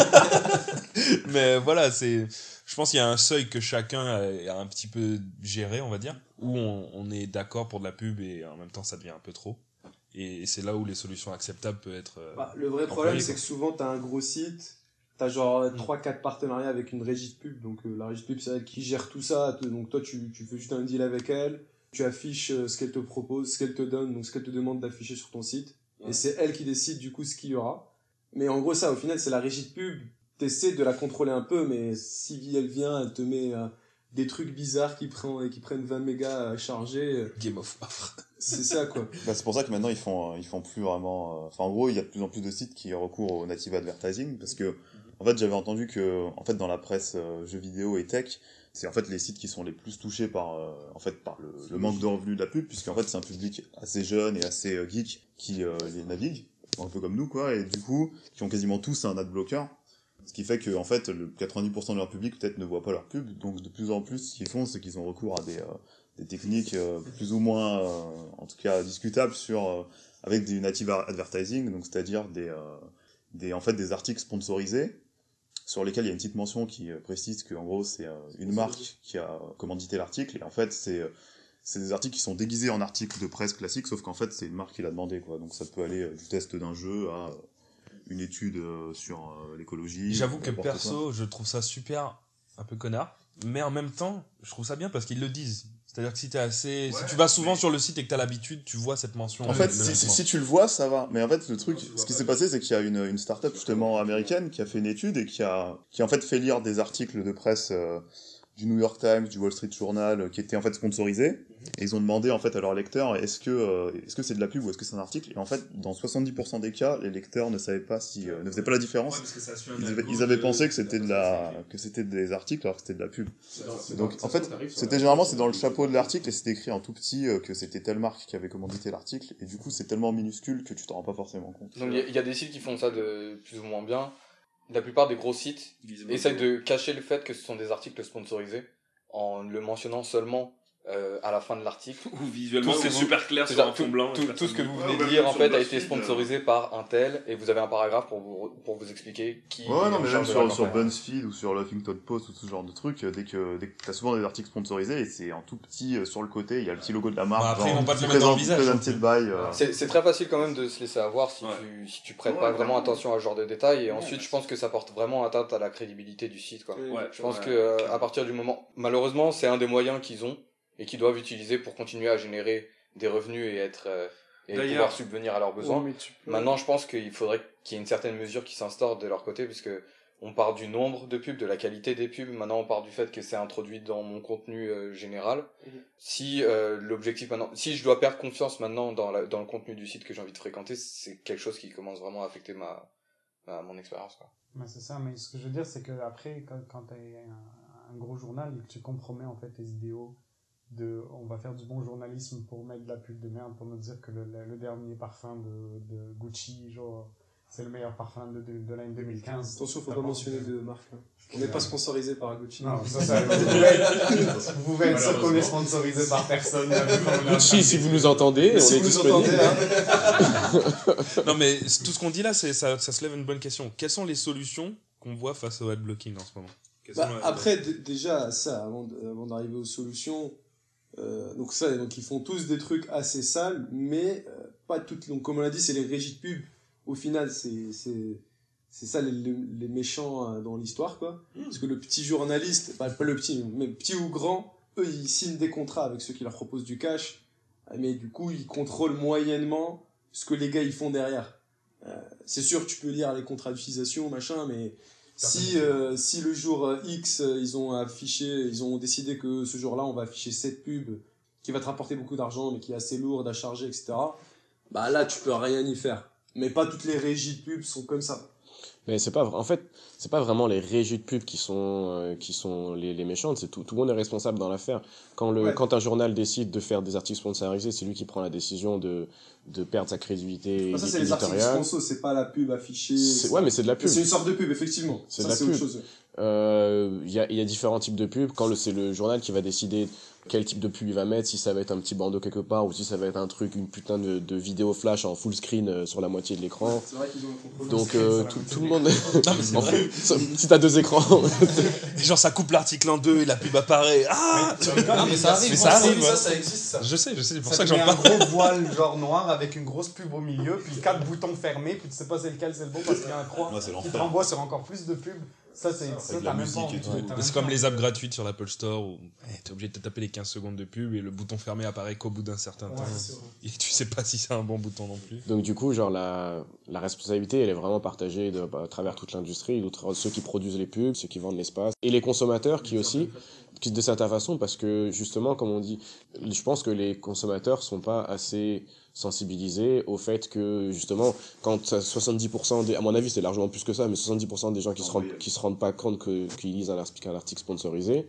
Mais voilà, je pense qu'il y a un seuil que chacun a un petit peu géré, on va dire, où on est d'accord pour de la pub et en même temps ça devient un peu trop. Et c'est là où les solutions acceptables peuvent être le vrai problème c'est que souvent t'as un gros site, t'as genre 3-4 partenariats avec une régie de pub, donc la régie de pub c'est elle qui gère tout ça, donc toi tu fais juste un deal avec elle, tu affiches ce qu'elle te propose, ce qu'elle te donne, donc ce qu'elle te demande d'afficher sur ton site, et c'est elle qui décide du coup ce qu'il y aura. Mais en gros ça au final c'est la régie de pub, t'essaies de la contrôler un peu, mais si elle vient, elle te met des trucs bizarres qui prennent 20 mégas à charger. Game of War. C'est ça quoi. C'est pour ça que maintenant ils font plus vraiment. Enfin en gros il y a de plus en plus de sites qui recourent au native advertising, parce que en fait j'avais entendu que en fait dans la presse jeux vidéo et tech, c'est en fait les sites qui sont les plus touchés par le manque de revenus de la pub, puisqu'en fait c'est un public assez jeune et assez geek qui les navigue, un peu comme nous quoi, et du coup qui ont quasiment tous un adblocker. Ce qui fait que, en fait, le 90% de leur public, peut-être, ne voit pas leur pub. Donc, de plus en plus, ce qu'ils font, c'est qu'ils ont recours à des techniques plus ou moins, en tout cas, discutables avec du native advertising. Donc, c'est-à-dire des articles sponsorisés sur lesquels il y a une petite mention qui précise que, en gros, c'est une marque qui a commandité l'article. Et en fait, c'est des articles qui sont déguisés en articles de presse classiques, sauf qu'en fait, c'est une marque qui l'a demandé, quoi. Donc, ça peut aller du test d'un jeu à une étude sur l'écologie. J'avoue que perso, je trouve ça super un peu connard, mais en même temps, je trouve ça bien parce qu'ils le disent. C'est-à-dire que si si tu vas souvent sur le site et que t'as l'habitude, tu vois cette mention. En fait, si tu le vois, ça va. Mais en fait, le truc, ce qui s'est passé, c'est qu'il y a une start-up justement américaine qui a fait une étude et qui a en fait fait lire des articles de presse du New York Times, du Wall Street Journal, qui étaient en fait sponsorisés. Et ils ont demandé en fait à leurs lecteurs est-ce que c'est de la pub ou est-ce que c'est un article, et en fait dans 70% des cas les lecteurs ne savaient pas ne faisaient pas la différence. Ils avaient pensé que c'était des articles alors que c'était de la pub. Donc en fait c'était généralement c'est dans le chapeau de l'article et c'était écrit en tout petit que c'était telle marque qui avait commandité l'article, et du coup c'est tellement minuscule que tu t'en rends pas forcément compte. Donc il y a des sites qui font ça de plus ou moins bien. La plupart des gros sites essayent de cacher le fait que ce sont des articles sponsorisés en le mentionnant seulement à la fin de l'article. Ou visuellement c'est super clair sur un fond blanc. Tout ce que vous venez de lire en fait a été sponsorisé par un tel, et vous avez un paragraphe pour vous expliquer qui. Ouais, non, mais même sur BuzzFeed ou sur Huffington Post ou ce genre de truc, dès que t'as souvent des articles sponsorisés et c'est en tout petit sur le côté, il y a le petit logo de la marque. Après, ils vont pas te le mettre dans le visage. C'est très facile quand même de se laisser avoir si tu prêtes pas vraiment attention à ce genre de détails, et ensuite je pense que ça porte vraiment atteinte à la crédibilité du site quoi. Je pense que à partir du moment, malheureusement c'est un des moyens qu'ils ont. et qu'ils doivent utiliser pour continuer à générer des revenus et pouvoir subvenir à leurs besoins. Maintenant, je pense qu'il faudrait qu'il y ait une certaine mesure qui s'instaure de leur côté, puisque on part du nombre de pubs, de la qualité des pubs. Maintenant, on part du fait que c'est introduit dans mon contenu général. Si l'objectif maintenant, si je dois perdre confiance maintenant dans le contenu du site que j'ai envie de fréquenter, c'est quelque chose qui commence vraiment à affecter mon expérience, quoi. Mais c'est ça, mais ce que je veux dire, c'est que après, quand tu as un gros journal et que tu compromets en fait tes idéaux on va faire du bon journalisme pour mettre de la pub de merde, pour nous dire que le dernier parfum de Gucci, genre, c'est le meilleur parfum de l'année 2015. Attention, faut pas mentionner de marque. On n'est pas sponsorisé par Gucci. Non, ça vous pouvez être sûr qu'on est sponsorisé par personne. Gucci, si vous nous entendez, on est disponible. Non, mais tout ce qu'on dit là, ça se lève une bonne question. Quelles sont les solutions qu'on voit face au adblocking en ce moment? Après, déjà, ça, avant d'arriver aux solutions, donc ils font tous des trucs assez sales, mais pas toutes. Donc, comme on l'a dit, c'est les régies de pub. Au final, c'est ça les méchants dans l'histoire, quoi. Parce que le petit journaliste, pas le petit, mais petit ou grand, eux, ils signent des contrats avec ceux qui leur proposent du cash, mais du coup, ils contrôlent moyennement ce que les gars ils font derrière. C'est sûr, tu peux lire les contrats d'utilisation, machin, mais si le jour X, ils ont décidé que ce jour-là, on va afficher cette pub qui va te rapporter beaucoup d'argent, mais qui est assez lourde à charger, etc., bah là, tu peux rien y faire. Mais pas toutes les régies de pub sont comme ça. Mais c'est pas vraiment les régies de pub qui sont les méchantes, c'est tout le monde est responsable dans l'affaire. Quand un journal décide de faire des articles sponsorisés, c'est lui qui prend la décision de perdre sa crédibilité ça, c'est éditoriale. les articles sponsors, c'est pas la pub affichée. Ouais, mais c'est de la pub. C'est une sorte de pub, effectivement. C'est ça, de la c'est pub. autre chose. Il y a différents types de pubs. C'est le journal qui va décider quel type de pub il va mettre, si ça va être un petit bandeau quelque part ou si ça va être une putain de vidéo flash en full screen sur la moitié de l'écran. C'est vrai qu'ils ont un contrôle. Donc tout le monde... Non, mais c'est vrai. Si t'as deux écrans... Genre ça coupe l'article en deux et la pub apparaît. Ah, mais ça arrive. Ça existe, ça. Je sais, c'est pour Ça ça que j'en un parle. gros voile genre noir avec une grosse pub au milieu, puis 4 boutons fermés, puis tu sais pas c'est lequel c'est le bon parce qu'il y a un croix Ouais, c'est qui l'enfer. te renvoie sur encore plus de pubs. Ça, de la t'as même musique pas envie et de- tout. t'as Mais même c'est pas comme les apps gratuites sur l'Apple Store où t'es obligé de te taper les 15 secondes de pub et le bouton fermé apparaît qu'au bout d'un certain temps. Et tu sais pas si c'est un bon bouton non plus. Donc du coup, genre la responsabilité, elle est vraiment partagée à travers toute l'industrie, ceux qui produisent les pubs, ceux qui vendent l'espace, et les consommateurs qui de certaine façon, parce que justement, comme on dit, je pense que les consommateurs sont pas assez sensibilisés au fait que justement, quand 70%, à mon avis c'est largement plus que ça, mais 70% des gens qui se rendent pas compte qu'ils lisent un article sponsorisé,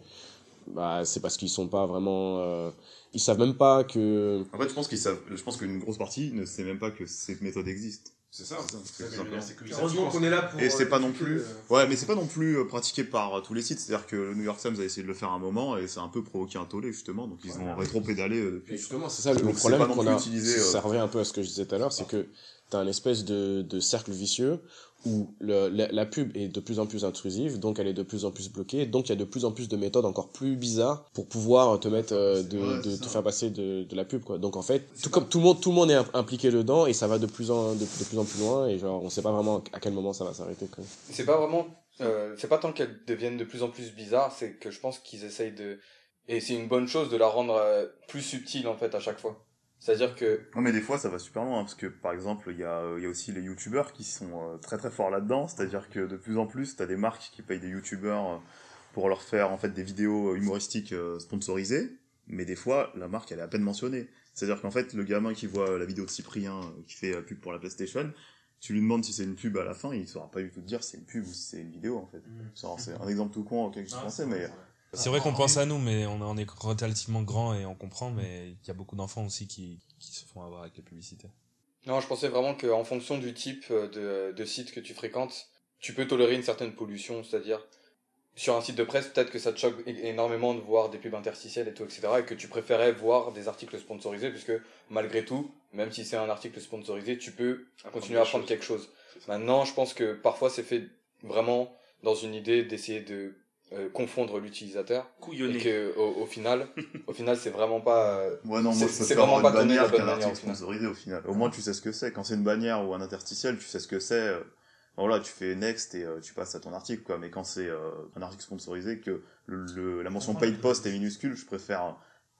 bah c'est parce qu'ils sont pas vraiment ils savent même pas que... En fait, je pense qu'une grosse partie ne sait même pas que cette méthode existe. C'est ça. Heureusement qu'on est là pour. Et c'est pas non plus. Ouais, mais c'est pas non plus pratiqué par tous les sites. C'est-à-dire que le New York Times a essayé de le faire un moment et ça a un peu provoqué un tollé, justement. Donc ils ont rétro-pédalé Et depuis. justement, c'est ça le Donc, problème c'est pas non qu'on plus a. utilisé, Ça revient un peu à ce que je disais tout à l'heure, c'est que t'as un espèce de cercle vicieux où la pub est de plus en plus intrusive, donc elle est de plus en plus bloquée, donc il y a de plus en plus de méthodes encore plus bizarres pour pouvoir te mettre te faire passer de la pub, quoi. Donc en fait, tout le monde est impliqué dedans et ça va de plus en plus loin et genre on sait pas vraiment à quel moment ça va s'arrêter, quoi. C'est pas vraiment, c'est pas tant qu'elles deviennent de plus en plus bizarres, c'est que je pense qu'ils essayent et c'est une bonne chose de la rendre plus subtile en fait à chaque fois. C'est-à-dire que... Non, mais des fois ça va super loin, hein, parce que par exemple il y a aussi les youtubeurs qui sont très très forts là-dedans. C'est-à-dire que de plus en plus t'as des marques qui payent des youtubeurs pour leur faire en fait des vidéos humoristiques sponsorisées, mais des fois la marque elle est à peine mentionnée. C'est-à-dire qu'en fait le gamin qui voit la vidéo de Cyprien qui fait la pub pour la PlayStation, tu lui demandes si c'est une pub à la fin, il saura pas du tout te dire si c'est une pub ou si c'est une vidéo en fait. C'est un exemple tout con auquel je pensais, mais... C'est vrai qu'on pense à nous, mais on est relativement grand et on comprend, mais il y a beaucoup d'enfants aussi qui se font avoir avec les publicités. Non, je pensais vraiment qu'en fonction du type de site que tu fréquentes, tu peux tolérer une certaine pollution, c'est-à-dire sur un site de presse, peut-être que ça te choque énormément de voir des pubs interstitielles et tout, etc., et que tu préférais voir des articles sponsorisés, puisque malgré tout, même si c'est un article sponsorisé, tu peux continuer à apprendre quelque chose. Maintenant, je pense que parfois c'est fait vraiment dans une idée d'essayer de confondre l'utilisateur, et que au final c'est vraiment pas ouais, non, moi je c'est préfère vraiment avoir pas une tourné de la bannière bonne qu'un manière, article au final. sponsorisé au final. Au moins tu sais ce que c'est. Quand c'est une bannière ou un interstitiel, tu sais ce que c'est. Voilà, tu fais next et tu passes à ton article, quoi. Mais quand c'est un article sponsorisé, que la mention paid post est minuscule, je préfère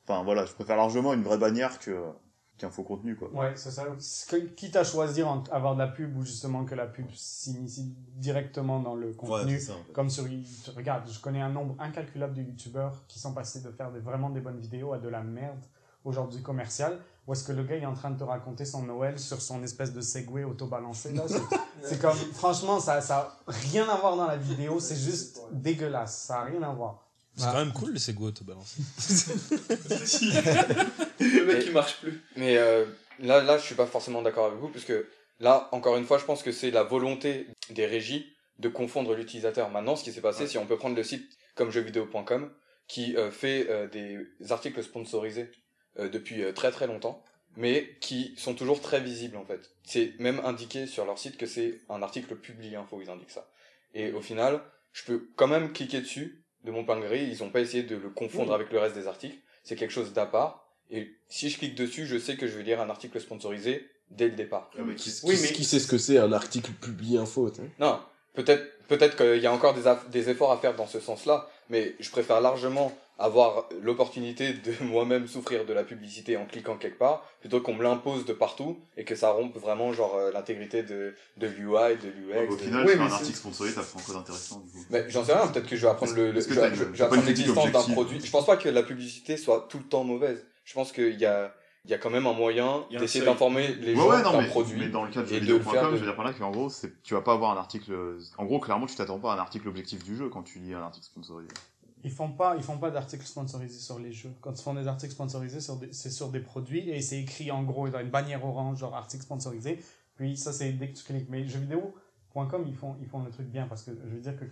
Enfin, voilà, je préfère largement une vraie bannière qu'un faux contenu, quoi. Ouais, c'est ça. Quitte à choisir entre avoir de la pub ou justement que la pub s'initie directement dans le contenu. Ouais, c'est ça, en fait. Comme regarde, je connais un nombre incalculable de youtubeurs qui sont passés de faire vraiment des bonnes vidéos à de la merde aujourd'hui commerciale, où est-ce que le gars est en train de te raconter son Noël sur son espèce de Segway auto-balancé, là. C'est comme, franchement, ça a rien à voir dans la vidéo, c'est juste dégueulasse, ça a rien à voir. C'est quand même cool, le Segway auto-balancé. Le mec, il marche plus. Mais là, je suis pas forcément d'accord avec vous, puisque là, encore une fois, je pense que c'est la volonté des régies de confondre l'utilisateur. Maintenant, ce qui s'est passé, si on peut prendre le site comme jeuxvideo.com, qui fait des articles sponsorisés depuis très très longtemps, mais qui sont toujours très visibles, en fait. C'est même indiqué sur leur site que c'est un article publié info, ils indiquent ça. Et au final, je peux quand même cliquer dessus, de mon plein gré, ils ont pas essayé de le confondre avec le reste des articles, c'est quelque chose d'à part, et si je clique dessus, je sais que je vais lire un article sponsorisé dès le départ. Qui sait ce que c'est un article publié info, t'sais? Non, peut-être qu'il y a encore des efforts à faire dans ce sens-là, mais je préfère largement avoir l'opportunité de moi-même souffrir de la publicité en cliquant quelque part, plutôt qu'on me l'impose de partout et que ça rompe vraiment genre l'intégrité de l'UI, de l'UX. Au final, tu fais un article sponsorisé, t'as fait un code intéressant, du coup. Mais j'en sais rien, peut-être que je vais apprendre je vais apprendre l'existence d'un produit. Je pense pas que la publicité soit tout le temps mauvaise. Je pense qu'il y a quand même un moyen d'essayer d'informer les gens d'un produit. Mais dans le cas de et de le faire. jeuxvideo.com, je veux dire par là qu'en gros, tu vas pas avoir un article, en gros, clairement, tu t'attends pas à un article objectif du jeu quand tu lis un article sponsorisé. Ils font pas d'articles sponsorisés sur les jeux. Quand ils font des articles sponsorisés, c'est sur des produits et c'est écrit en gros dans une bannière orange, genre article sponsorisé. Puis ça, c'est dès que tu cliques. Mais jeuxvideo.com, ils font le truc bien parce que je veux dire que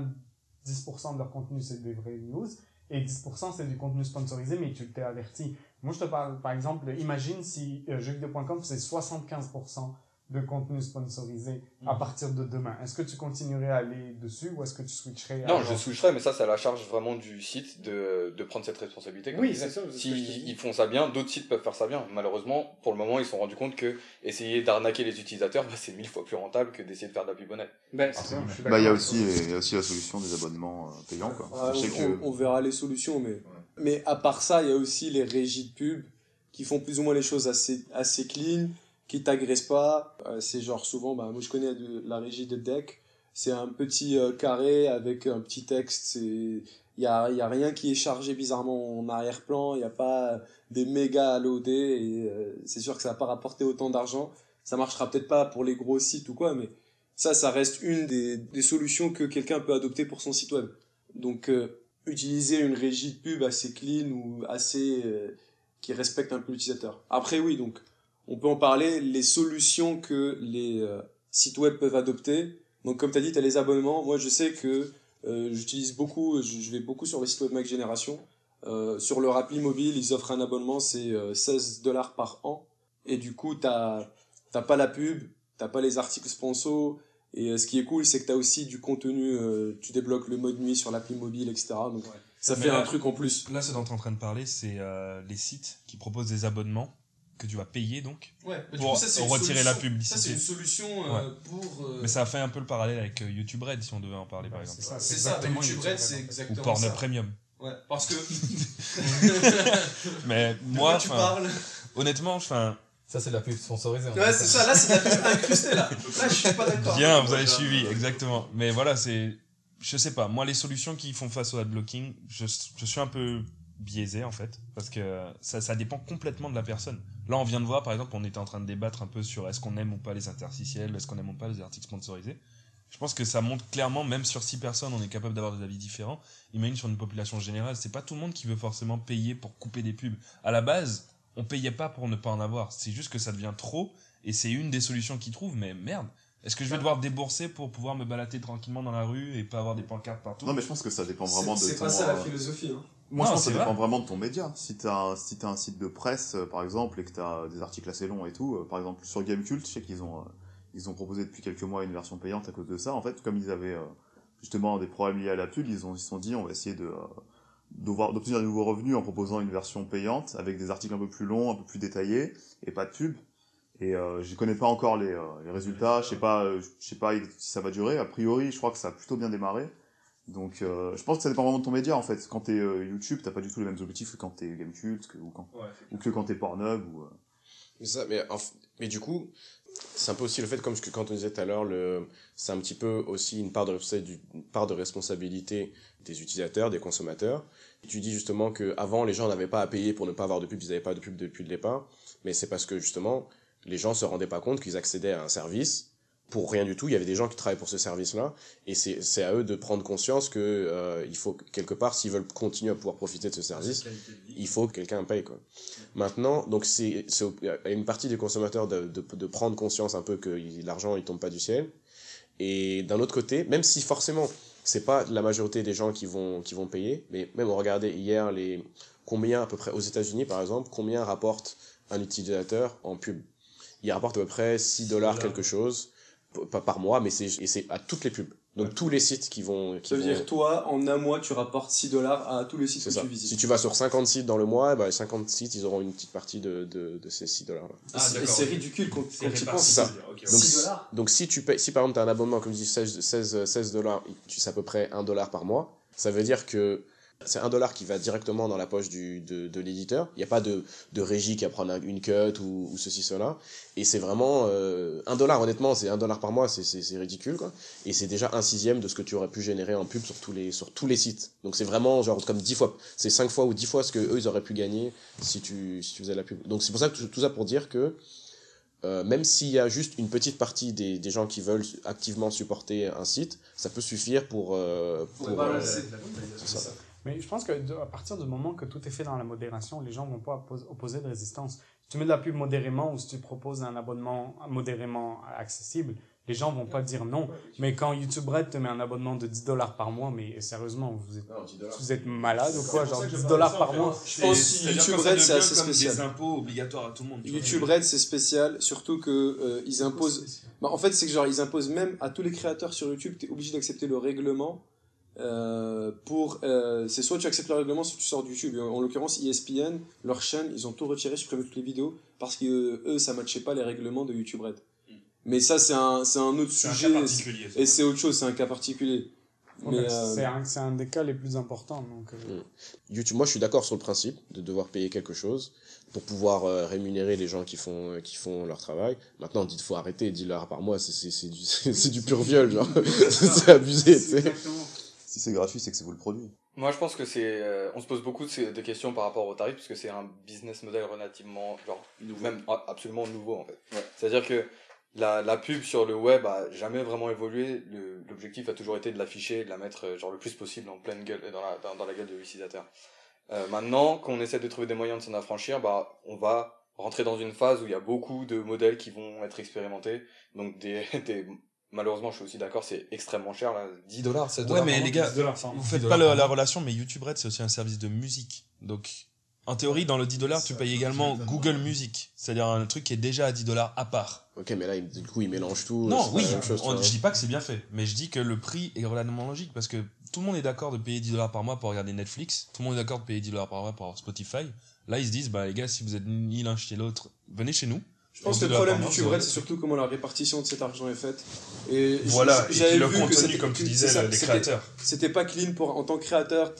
90% de leur contenu, c'est des vraies news et 10% c'est du contenu sponsorisé, mais tu t'es averti. Moi, je te parle, par exemple, imagine si jeuxvideo.com c'est 75% de contenu sponsorisé à partir de demain. Est-ce que tu continuerais à aller dessus ou est-ce que tu switcherais Non, je switcherais, mais ça, c'est à la charge vraiment du site de prendre cette responsabilité. Oui, c'est ça. Si ils font ça bien, d'autres sites peuvent faire ça bien. Malheureusement, pour le moment, ils se sont rendus compte que essayer d'arnaquer les utilisateurs, c'est 1000 fois plus rentable que d'essayer de faire de la pub honnête. Ben, c'est ça. Il y a aussi la solution des abonnements payants, quoi. On verra les solutions, mais à part ça, il y a aussi les régies de pub qui font plus ou moins les choses assez clean, qui t'agressent pas. C'est genre souvent, moi je connais la régie de Deck, c'est un petit carré avec un petit texte, il y a rien qui est chargé bizarrement en arrière-plan, il y a pas des méga loadés et c'est sûr que ça va pas rapporter autant d'argent. Ça marchera peut-être pas pour les gros sites ou quoi, mais ça reste une des solutions que quelqu'un peut adopter pour son site web. Donc utiliser une régie de pub assez clean ou assez qui respecte un peu l'utilisateur. Après oui, donc on peut en parler, les solutions que les sites web peuvent adopter. Donc comme tu as dit, tu as les abonnements. Moi je sais que j'utilise beaucoup, je vais beaucoup sur les sites web Mac Génération. Sur leur appli mobile, ils offrent un abonnement, c'est $16 par an. Et du coup, t'as pas la pub, t'as pas les articles sponsors. Et ce qui est cool, c'est que tu as aussi du contenu, tu débloques le mode nuit sur l'appli mobile, etc. Donc ça fait un truc en plus. Là, ce dont tu es en train de parler, c'est les sites qui proposent des abonnements que tu vas payer donc pour retirer la publicité. Ça, c'est une solution pour... Mais ça a fait un peu le parallèle avec YouTube Red, si on devait en parler, par exemple. C'est ça, YouTube Red, c'est exactement ou Pornhub ça. Premium. Ouais, parce que... Mais moi, honnêtement, ça c'est de la pub sponsorisée. Ouais, c'est ça, là c'est de la pub incrustée là. Là je suis pas d'accord. Bien, vous avez suivi, exactement. Mais voilà, je sais pas, moi les solutions qui font face au adblocking, je suis un peu biaisé en fait, parce que ça dépend complètement de la personne. Là on vient de voir, par exemple, on était en train de débattre un peu sur est-ce qu'on aime ou pas les interstitiels, est-ce qu'on aime ou pas les articles sponsorisés. Je pense que ça montre clairement, même sur 6 personnes, on est capable d'avoir des avis différents. Imagine sur une population générale, c'est pas tout le monde qui veut forcément payer pour couper des pubs. À la base, on payait pas pour ne pas en avoir. C'est juste que ça devient trop, et c'est une des solutions qu'ils trouvent, mais merde. Est-ce que je vais devoir débourser pour pouvoir me balader tranquillement dans la rue et pas avoir des pancartes partout? Non, mais je pense que ça dépend vraiment de ton... C'est pas ça la philosophie, hein. Moi, je pense que ça dépend vraiment de ton média. Si t'as un site de presse, par exemple, et que t'as des articles assez longs et tout, par exemple, sur Gamecult, je sais qu'ils ont proposé depuis quelques mois une version payante à cause de ça. En fait, comme ils avaient justement des problèmes liés à la pub, ils se sont dit, on va essayer d'obtenir de nouveaux revenus en proposant une version payante avec des articles un peu plus longs, un peu plus détaillés et pas de pub. Et je connais pas encore les résultats, je sais pas si ça va durer. A priori, je crois que ça a plutôt bien démarré. Donc, je pense que ça dépend vraiment de ton média, en fait. Quand t'es YouTube, t'as pas du tout les mêmes objectifs que quand t'es Gamecult, ou que quand t'es Pornhub, ou... Mais du coup, c'est un peu aussi le fait, comme quand on disait tout à l'heure, c'est un petit peu aussi une part de responsabilité des utilisateurs, des consommateurs. Tu dis justement qu'avant, les gens n'avaient pas à payer pour ne pas avoir de pub, ils n'avaient pas de pub depuis le départ, mais c'est parce que justement, les gens se rendaient pas compte qu'ils accédaient à un service pour rien du tout. Il y avait des gens qui travaillent pour ce service-là, et c'est à eux de prendre conscience que il faut quelque part, s'ils veulent continuer à pouvoir profiter de ce service, il faut que quelqu'un paye, quoi. Maintenant, donc c'est à une partie des consommateurs de prendre conscience un peu que l'argent il tombe pas du ciel, et d'un autre côté, même si forcément c'est pas la majorité des gens qui vont payer, mais même on regardait hier combien à peu près aux États-Unis par exemple, combien rapporte un utilisateur en pub. Il rapporte à peu près $6 quelque chose par mois, mais c'est à toutes les pubs. Donc tous les sites Ça veut dire, toi, en un mois, tu rapportes $6 à tous les sites que tu visites. Si tu vas sur 50 sites dans le mois, bah, 50 sites, ils auront une petite partie de ces $6 là. Et c'est ridicule quand tu penses. C'est ça. Okay. Donc, $6. Donc si par exemple tu as un abonnement, comme je dis, $16, c'est à peu près $1 par mois, ça veut dire que c'est $1 qui va directement dans la poche de l'éditeur. Il n'y a pas de régie qui va prendre une cut ou ceci, cela. Et c'est vraiment $1, honnêtement, c'est $1 par mois, c'est ridicule, quoi. Et c'est déjà 1/6 de ce que tu aurais pu générer en pub sur tous les sites. Donc c'est vraiment genre comme 10 fois, c'est 5 fois ou 10 fois ce que eux ils auraient pu gagner si tu faisais la pub. Donc c'est pour ça que tout ça pour dire que même s'il y a juste une petite partie des gens qui veulent activement supporter un site, ça peut suffire pour balancer. C'est ça. Mais je pense que à partir du moment que tout est fait dans la modération, les gens vont pas opposer de résistance. Si tu mets de la pub modérément ou si tu proposes un abonnement modérément accessible, les gens vont pas dire non. Mais quand YouTube Red te met un abonnement de $10 par mois, mais sérieusement, vous êtes malade ou quoi? Genre $10 par mois? Je pense que YouTube Red, c'est assez spécial. Des impôts obligatoires à tout le monde. YouTube Red, c'est spécial, surtout que ils imposent. Bah, en fait, c'est que genre ils imposent même à tous les créateurs sur YouTube, t'es obligé d'accepter le règlement. C'est soit tu acceptes le règlement, soit tu sors de YouTube. En l'occurrence, ESPN, leur chaîne, ils ont tout retiré, supprimé toutes les vidéos parce que eux, ça matchait pas les règlements de YouTube Red. Mais ça, c'est un autre sujet. Et c'est autre chose, c'est un cas particulier. Mais c'est un des cas les plus importants. Donc, YouTube, moi, je suis d'accord sur le principe de devoir payer quelque chose pour pouvoir rémunérer les gens qui font leur travail. Maintenant, il faut arrêter, $10 par mois, c'est du pur viol, genre. C'est abusé, tu sais. Si c'est gratuit, c'est que c'est vous le produit. Moi, je pense que on se pose beaucoup de questions par rapport au tarif, parce que c'est un business model relativement, même absolument nouveau, en fait. Ouais. C'est-à-dire que la pub sur le web a jamais vraiment évolué. L'objectif a toujours été de l'afficher, de la mettre, le plus possible en pleine gueule, dans la gueule de l'utilisateur. Maintenant, qu'on essaie de trouver des moyens de s'en affranchir, on va rentrer dans une phase où il y a beaucoup de modèles qui vont être expérimentés. Donc, malheureusement, je suis aussi d'accord, c'est extrêmement cher, là. $10, $16. Ouais, mais les gars, vous faites pas la relation, mais YouTube Red, c'est aussi un service de musique. Donc, en théorie, dans le $10, tu payes également Google Music. C'est-à-dire un truc qui est déjà à $10 à part. Ok, mais là, du coup, il mélange tout. Non, oui, je dis pas que c'est bien fait, mais je dis que le prix est relativement logique parce que tout le monde est d'accord de payer $10 par mois pour regarder Netflix. Tout le monde est d'accord de payer $10 par mois pour avoir Spotify. Là, ils se disent, les gars, si vous êtes ni l'un chez l'autre, venez chez nous. Je pense que le problème du YouTube Red, c'est surtout comment la répartition de cet argent est faite. Et voilà, et le contenu, comme tu disais, les créateurs. C'était pas clean en tant que créateur,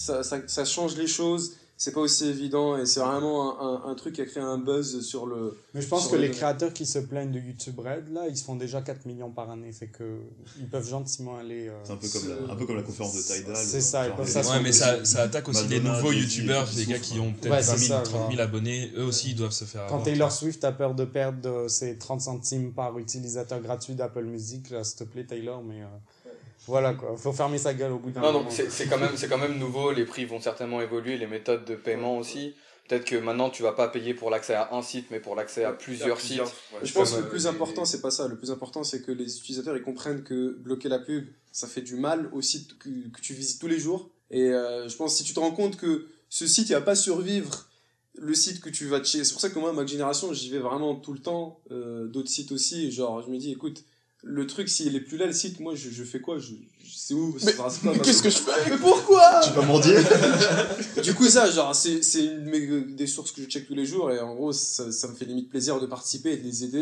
ça change les choses, c'est pas aussi évident, et c'est vraiment un truc qui a créé un buzz sur le... Mais je pense que les créateurs qui se plaignent de YouTube Red, là, ils se font déjà 4 millions par année, fait que ils peuvent gentiment aller... C'est un peu comme la conférence de Tidal. C'est ça, mais ça attaque aussi les nouveaux YouTubeurs, les gars qui ont peut-être 20 000, 30 000 abonnés, eux aussi, ils doivent se faire... Quand Taylor Swift a peur de perdre ses 30 centimes par utilisateur gratuit d'Apple Music, là, s'il te plaît, Taylor, mais... Voilà quoi, faut fermer sa gueule au bout d'un moment. Non, c'est quand même nouveau, les prix vont certainement évoluer, les méthodes de paiement aussi. Peut-être que maintenant tu vas pas payer pour l'accès à un site, mais pour l'accès à plusieurs sites. Ouais. Je pense que le plus important, c'est pas ça. Le plus important, c'est que les utilisateurs ils comprennent que bloquer la pub, ça fait du mal au site que tu visites tous les jours. Et je pense que si tu te rends compte que ce site il va pas survivre, le site que tu vas checker, c'est pour ça que moi, ma génération, j'y vais vraiment tout le temps, d'autres sites aussi. Genre, je me dis, écoute, le truc, s'il est plus là, le site, moi, je fais quoi? C'est où? Mais qu'est-ce que je fais? Mais pourquoi? Tu peux m'en dire? Du coup, ça, genre, c'est une des sources que je check tous les jours, et en gros, ça me fait limite plaisir de participer et de les aider.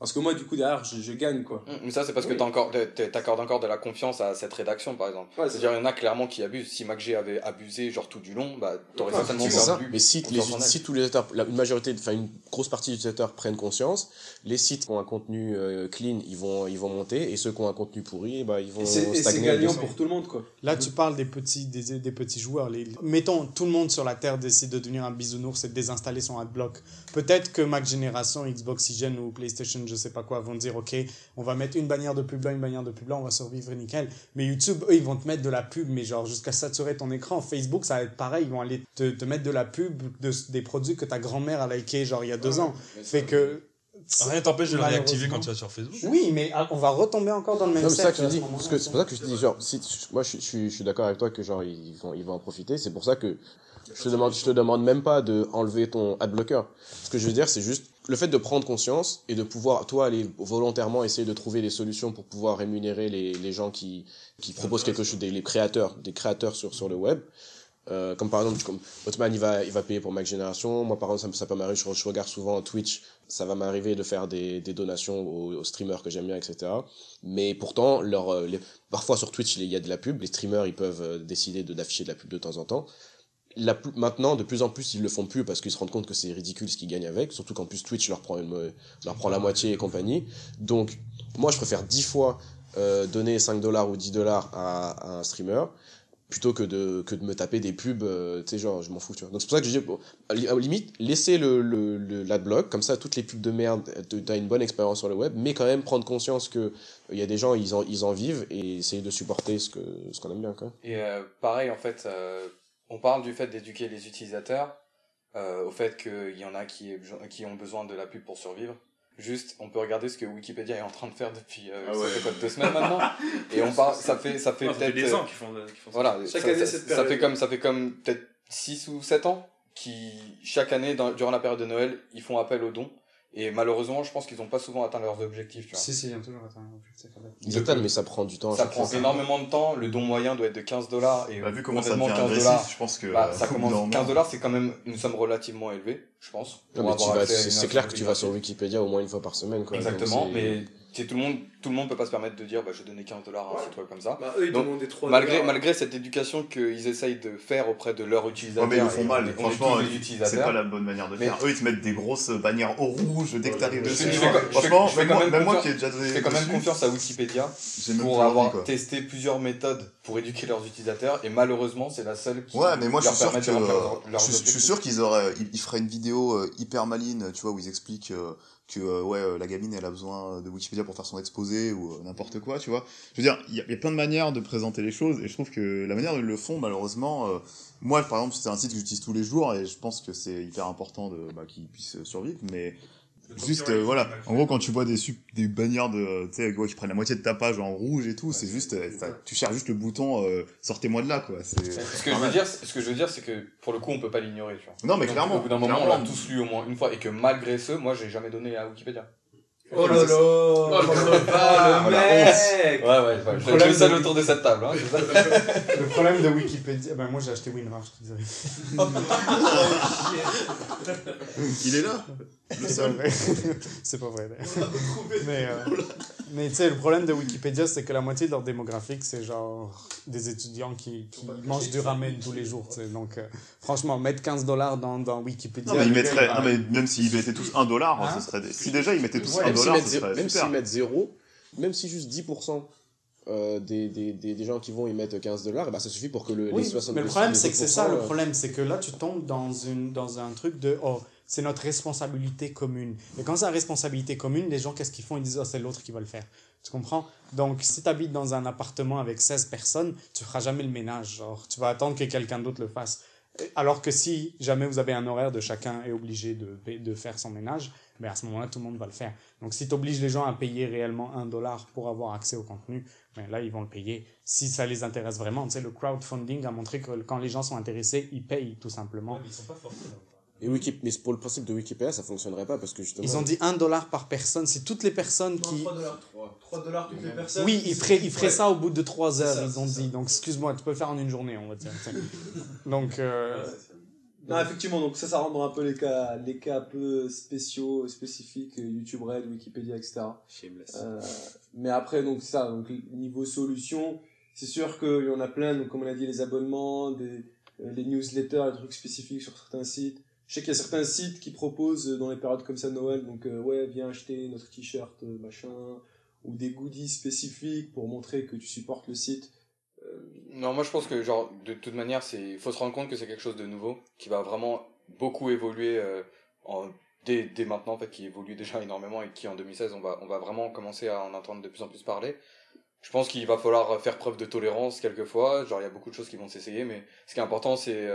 Parce que moi, du coup, derrière, je gagne, quoi. Mais ça, c'est parce que t'accordes encore de la confiance à cette rédaction, par exemple. Ouais, c'est-à-dire, il y en a clairement qui abusent. Si MacG avait abusé, genre, tout du long, bah, t'aurais certainement C'est ça. perdu. Mais si tous les utilisateurs, une majorité, enfin, une grosse partie des utilisateurs prennent conscience, les sites qui ont un contenu clean, ils vont monter, et ceux qui ont un contenu pourri, bah, ils vont stagner. Et c'est gagnant pour tout le monde, quoi. Là, tu parles des petits joueurs. Mettons, tout le monde sur la Terre décide de devenir un bisounours et de désinstaller son adblock. Peut-être que Mac Génération, Xboxygen ou PlayStation, je sais pas quoi, vont dire, OK, on va mettre une bannière de pub là, on va survivre nickel. Mais YouTube, eux, ils vont te mettre de la pub, mais genre jusqu'à saturer ton écran. Facebook, ça va être pareil, ils vont aller te mettre de la pub des produits que ta grand-mère a liké genre il y a 2 ans. Fait que... Rien t'empêche de le réactiver quand tu vas sur Facebook. Oui, mais on va retomber encore dans le même cercle. C'est pour ça que je te dis, genre, moi je suis d'accord avec toi que genre ils vont en profiter. C'est pour ça que je te demande même pas de enlever ton adblocker. Ce que je veux dire, c'est juste le fait de prendre conscience et de pouvoir, toi, aller volontairement essayer de trouver des solutions pour pouvoir rémunérer les gens qui proposent quelque chose, des créateurs sur le web. Comme par exemple, comme Hotman, il va payer pour Mac Génération. Moi, par exemple, ça peut m'arriver, je regarde souvent Twitch. Ça va m'arriver de faire des donations aux streamers que j'aime bien, etc. Mais pourtant, parfois sur Twitch, il y a de la pub. Les streamers, ils peuvent décider d'afficher de la pub de temps en temps. Maintenant, de plus en plus, ils le font plus parce qu'ils se rendent compte que c'est ridicule ce qu'ils gagnent avec. Surtout qu'en plus, Twitch leur prend la moitié et compagnie. Donc, moi, je préfère 10 fois donner $5 ou $10 à un streamer plutôt que de me taper des pubs, tu sais, genre, je m'en fous, tu vois. Donc, c'est pour ça que je dis, à limite, laissez l'adblock, comme ça, toutes les pubs de merde, t'as une bonne expérience sur le web, mais quand même prendre conscience que il y a des gens, ils en vivent, et essayer de supporter ce qu'on aime bien, quoi. Et pareil, en fait, on parle du fait d'éduquer les utilisateurs, au fait qu'il y en a qui ont besoin de la pub pour survivre. Juste, on peut regarder ce que Wikipédia est en train de faire depuis ça fait quoi, 2 semaines maintenant, et on parle, ça fait peut-être des ans qu'ils font ça. Voilà, chaque année ça fait comme peut-être 6 ou 7 ans qui chaque année durant la période de Noël, ils font appel aux dons. Et malheureusement, je pense qu'ils n'ont pas souvent atteint leurs objectifs, tu vois. Si, ils ont toujours atteint leurs objectifs. Ils atteignent, mais ça prend du temps. Ça prend énormément de temps. Le don moyen doit être de $15. Et vu comment ça honnêtement, devient agressif, je pense que... ça commence, $15, c'est quand même une somme relativement élevée, je pense. C'est clair que tu vas sur Wikipédia au moins une fois par semaine, quoi. Exactement, mais tout le monde peut pas se permettre de dire, je vais donner $15 à un site web comme ça. Eux, ils demandaient $3. Malgré cette éducation qu'ils essayent de faire auprès de leurs utilisateurs. mais ils le font mal, franchement, c'est pas pas la bonne manière de faire. Eux, ils te mettent des grosses bannières au rouge dès que t'arrives dessus. Franchement, même moi qui ai déjà donné. Je fais quand même confiance à Wikipédia pour avoir testé plusieurs méthodes pour éduquer leurs utilisateurs, et malheureusement, c'est la seule qui mais moi, je leur permet de remplir leurs je suis sûr qu'ils feraient une vidéo hyper maligne, tu vois, où ils expliquent que la gamine elle a besoin de Wikipédia pour faire son exposé ou n'importe quoi, tu vois. Je veux dire, il y a plein de manières de présenter les choses, et je trouve que la manière dont ils le font, malheureusement, moi par exemple c'est un site que j'utilise tous les jours et je pense que c'est hyper important qu'il puisse survivre, mais juste voilà, en gros quand tu vois des bannières de tu sais qui prennent la moitié de ta page en rouge et tout, c'est juste tu cherches juste le bouton sortez-moi de là, quoi. Ce que je veux dire c'est que pour le coup on peut pas l'ignorer, tu vois. Non mais donc, clairement au bout d'un moment on l'a tous lu au moins une fois, et que malgré ce, moi j'ai jamais donné à Wikipédia. Oh là là, le mec. Ouais, je suis le seul autour de cette table, hein, c'est ça. Le problème de Wikipédia, moi j'ai acheté WinRAR, je te dirais. Il est là. C'est pas vrai. Mais tu sais, le problème de Wikipédia, c'est que la moitié de leur démographique, c'est genre des étudiants qui mangent du ramen tous les jours, tu sais. Donc, franchement, mettre $15 dans Wikipédia. Non, mais même s'ils mettaient tous $1, ce serait si déjà ils mettaient tous $1, ce serait super. Même s'ils mettent 0, même si juste 10% des gens qui vont y mettre $15, ça suffit pour que les 70%. Mais le problème, c'est que c'est ça, le problème, c'est que là, tu tombes dans un truc de c'est notre responsabilité commune. Et quand c'est une responsabilité commune, les gens, qu'est-ce qu'ils font? Ils disent c'est l'autre qui va le faire. Tu comprends? Donc, si tu habites dans un appartement avec 16 personnes, tu feras jamais le ménage. Genre, tu vas attendre que quelqu'un d'autre le fasse. Alors que si jamais vous avez un horaire de chacun est obligé de faire son ménage, à ce moment-là, tout le monde va le faire. Donc, si tu obliges les gens à payer réellement $1 pour avoir accès au contenu, là, ils vont le payer. Si ça les intéresse vraiment, tu sais, le crowdfunding a montré que quand les gens sont intéressés, ils payent tout simplement. Ils sont pas forcés. Mais pour le principe de Wikipédia, ça fonctionnerait pas parce que justement... Ils ont dit $1 par personne. C'est toutes les personnes qui... $3 toutes les personnes. Oui, ils feraient ça au bout de 3 heures, ils ont dit. Donc, excuse-moi, tu peux le faire en une journée, on va dire. Donc, Non, effectivement, donc ça rentre dans un peu les cas un peu spécifiques, YouTube Red, Wikipédia, etc. Shameless. Mais après, donc c'est ça, donc niveau solution, c'est sûr qu'il y en a plein, donc comme on a dit, les abonnements, les newsletters, les trucs spécifiques sur certains sites. Je sais qu'il y a certains sites qui proposent dans les périodes comme ça de Noël, donc ouais, viens acheter notre t-shirt, machin, ou des goodies spécifiques pour montrer que tu supportes le site. Non, moi je pense que genre de toute manière, faut se rendre compte que c'est quelque chose de nouveau qui va vraiment beaucoup évoluer dès maintenant en fait, qui évolue déjà énormément et qui en 2016 on va vraiment commencer à en entendre de plus en plus parler. Je pense qu'il va falloir faire preuve de tolérance quelquefois, genre il y a beaucoup de choses qui vont s'essayer, mais ce qui est important c'est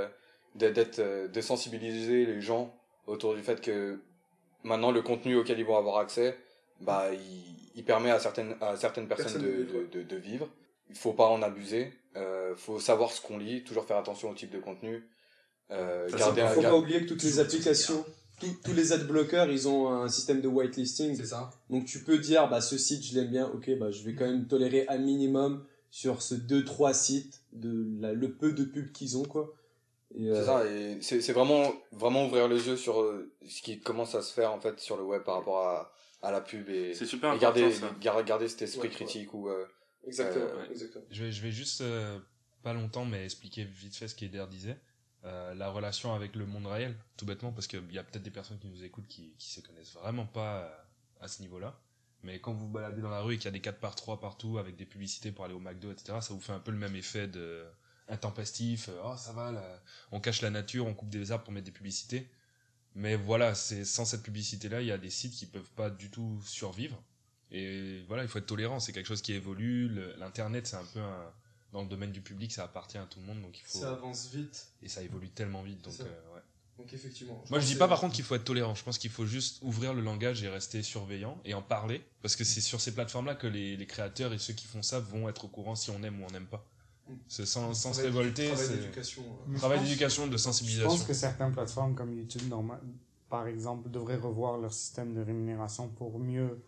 de sensibiliser les gens autour du fait que maintenant le contenu auquel ils vont avoir accès, bah il permet à certaines personnes de vivre. Il faut pas en abuser, faut savoir ce qu'on lit, toujours faire attention au type de contenu. Faut pas oublier que toutes les applications, tous les adblockers, ils ont un système de whitelisting. C'est ça. Donc tu peux dire, bah ce site je l'aime bien, ok, bah je vais quand même tolérer un minimum sur ce 2-3 sites le peu de pubs qu'ils ont, quoi. C'est ça, et c'est vraiment ouvrir les yeux sur ce qui commence à se faire en fait sur le web par rapport à la pub et c'est super garder cet esprit critique ou exactement. Je vais juste pas longtemps mais expliquer vite fait ce qu'Eder disait, la relation avec le monde réel, tout bêtement, parce qu'il y a peut-être des personnes qui nous écoutent qui se connaissent vraiment pas à ce niveau-là, mais quand vous vous baladez dans la rue et qu'il y a des 4x3 partout avec des publicités pour aller au McDo, etc., ça vous fait un peu le même effet de intempestif, oh ça va là, on cache la nature, on coupe des arbres pour mettre des publicités, mais voilà, c'est sans cette publicité là il y a des sites qui peuvent pas du tout survivre, et voilà, il faut être tolérant, c'est quelque chose qui évolue, l'internet c'est un peu dans le domaine du public, ça appartient à tout le monde, donc il faut, ça avance vite et ça évolue tellement vite, donc ouais. Donc effectivement, moi je dis pas par contre qu'il faut être tolérant, je pense qu'il faut juste ouvrir le langage et rester surveillant et en parler, parce que c'est sur ces plateformes là que les créateurs et ceux qui font ça vont être au courant si on aime ou on n'aime pas. C'est sans se révolter, travail d'éducation, de sensibilisation. Je pense que certaines plateformes comme YouTube, par exemple, devraient revoir leur système de rémunération pour mieux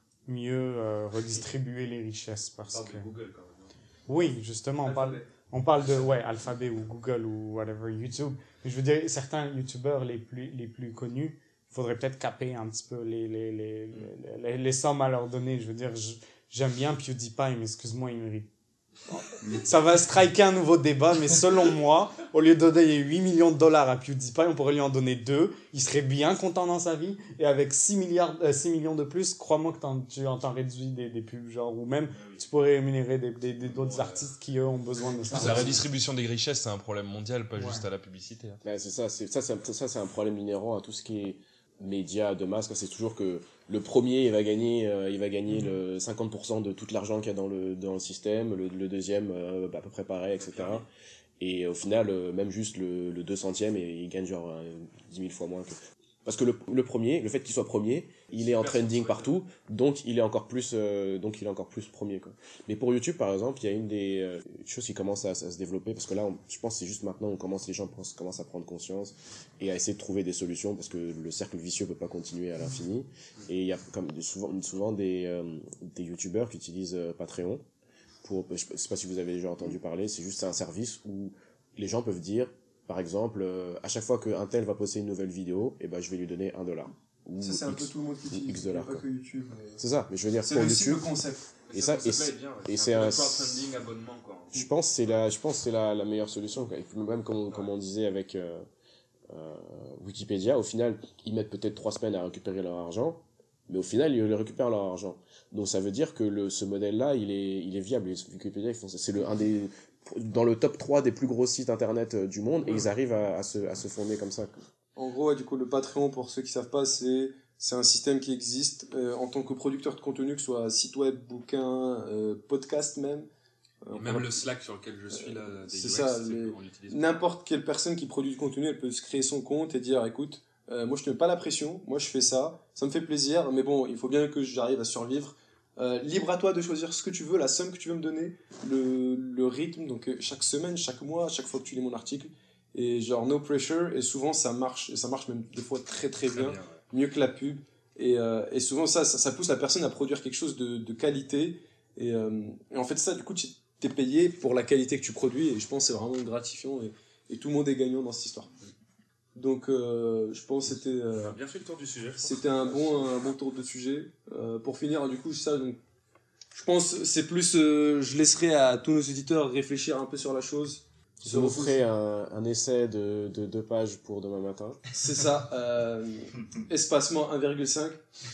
redistribuer les richesses. Parce que Google quand même. Oui, justement, on parle de Alphabet ou Google ou whatever, YouTube. Mais je veux dire, certains YouTubeurs les plus connus, il faudrait peut-être caper un petit peu les sommes à leur donner. Je veux dire, j'aime bien PewDiePie, mais excuse-moi, il mérite. Ça va striker un nouveau débat, mais selon moi, au lieu de donner 8 millions de dollars à PewDiePie, on pourrait lui en donner 2. Il serait bien content dans sa vie. Et avec 6 millions de plus, crois-moi que tu en réduis des pubs, genre, ou même tu pourrais rémunérer d'autres artistes qui, eux, ont besoin de ça. La redistribution des richesses, c'est un problème mondial, pas juste à la publicité. Ben, c'est ça, c'est un problème inhérent à tout ce qui est médias de masse. C'est toujours que le premier il va gagner le 50% de tout l'argent qu'il y a dans le système, le deuxième à peu près pareil, etc. Et au final même juste le 200e et il gagne genre 10 000 fois moins que... Parce que le premier, le fait qu'il soit premier, il est en trending partout, donc il est encore plus premier, quoi. Mais pour YouTube par exemple, il y a une des choses qui commence à se développer, parce que là je pense que c'est juste maintenant les gens commencent à prendre conscience et à essayer de trouver des solutions, parce que le cercle vicieux peut pas continuer à l'infini. Et il y a comme souvent des YouTubeurs qui utilisent Patreon je sais pas si vous avez déjà entendu parler, c'est un service où les gens peuvent dire, par exemple, à chaque fois qu'un tel va poster une nouvelle vidéo, et ben je vais lui donner $1. Ça, c'est un peu tout le monde qui utilise, X dollars, pas que YouTube. C'est ça, mais je veux dire, c'est pour aussi YouTube. le concept. Et c'est un crowdfunding abonnement, quoi. Je pense que c'est la meilleure solution, quoi. Et même comme on disait avec Wikipédia, au final, ils mettent peut-être 3 semaines à récupérer leur argent, mais au final, ils récupèrent leur argent. Donc ça veut dire que ce modèle-là, il est viable. Wikipédia, c'est dans le top 3 des plus gros sites internet du monde, et ils arrivent à se fonder comme ça. En gros, du coup, le Patreon, pour ceux qui savent pas, c'est un système qui existe en tant que producteur de contenu, que ce soit site web, bouquin, podcast même. Même le Slack sur lequel je suis là, c'est UX, ça. N'importe quelle personne qui produit du contenu, elle peut se créer son compte et dire, écoute, moi je te mets pas la pression, moi je fais ça me fait plaisir, mais bon, il faut bien que j'arrive à survivre. Libre à toi de choisir ce que tu veux, la somme que tu veux me donner, le rythme, donc chaque semaine, chaque mois, chaque fois que tu lis mon article, et genre no pressure, et souvent ça marche même des fois très très bien, mieux que la pub, et souvent ça pousse la personne à produire quelque chose de qualité, et en fait ça, du coup t'es payé pour la qualité que tu produis, et je pense que c'est vraiment gratifiant, et tout le monde est gagnant dans cette histoire. Donc je pense que c'était On a bien fait le tour du sujet. c'était un bon tour de sujet. Pour finir, du coup, ça, donc, je pense que c'est plus, je laisserai à tous nos auditeurs réfléchir un peu sur la chose. Je vous ferai un essai de 2 pages pour demain matin. C'est ça, espacement 1,5.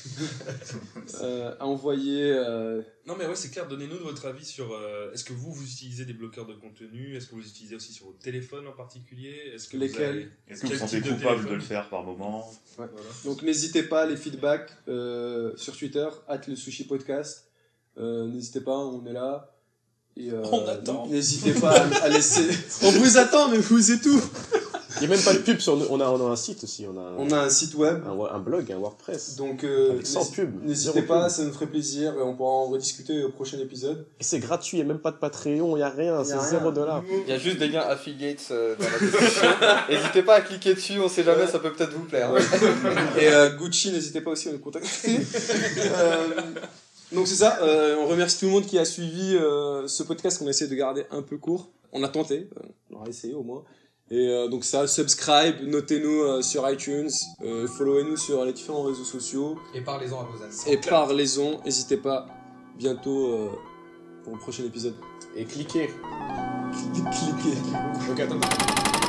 À envoyer. Non mais ouais, c'est clair, donnez-nous votre avis sur est-ce que vous utilisez des bloqueurs de contenu, est-ce que vous utilisez aussi sur votre téléphone en particulier, est-ce que Lesquels Est-ce que vous Quel sentez type de coupable téléphone de le faire par moment? Ouais. Donc n'hésitez pas, les feedbacks sur Twitter, @lesushipodcast. N'hésitez pas, on est là. Et, On attend. N'hésitez pas à laisser. On vous attend, mais vous et tout. Il n'y a même pas de pub sur nous. On a un site aussi. On a un site web. Un blog, un WordPress. Donc sans pub. N'hésitez pas, ça nous ferait plaisir et on pourra en rediscuter au prochain épisode. Et c'est gratuit, il n'y a même pas de Patreon, il n'y a rien, c'est $0. Il y a juste des liens affiliates dans la description. N'hésitez pas à cliquer dessus, on sait jamais, ça peut peut-être vous plaire. Et Gucci, n'hésitez pas aussi à nous contacter. Donc c'est ça, on remercie tout le monde qui a suivi ce podcast qu'on a essayé de garder un peu court. On a tenté, on aura essayé au moins. Et donc ça, subscribe, notez-nous sur iTunes, followez-nous sur les différents réseaux sociaux. Et parlez-en à vos amis. Et parlez-en, n'hésitez pas, bientôt pour le prochain épisode. Et cliquez. Cliquez. Donc attends.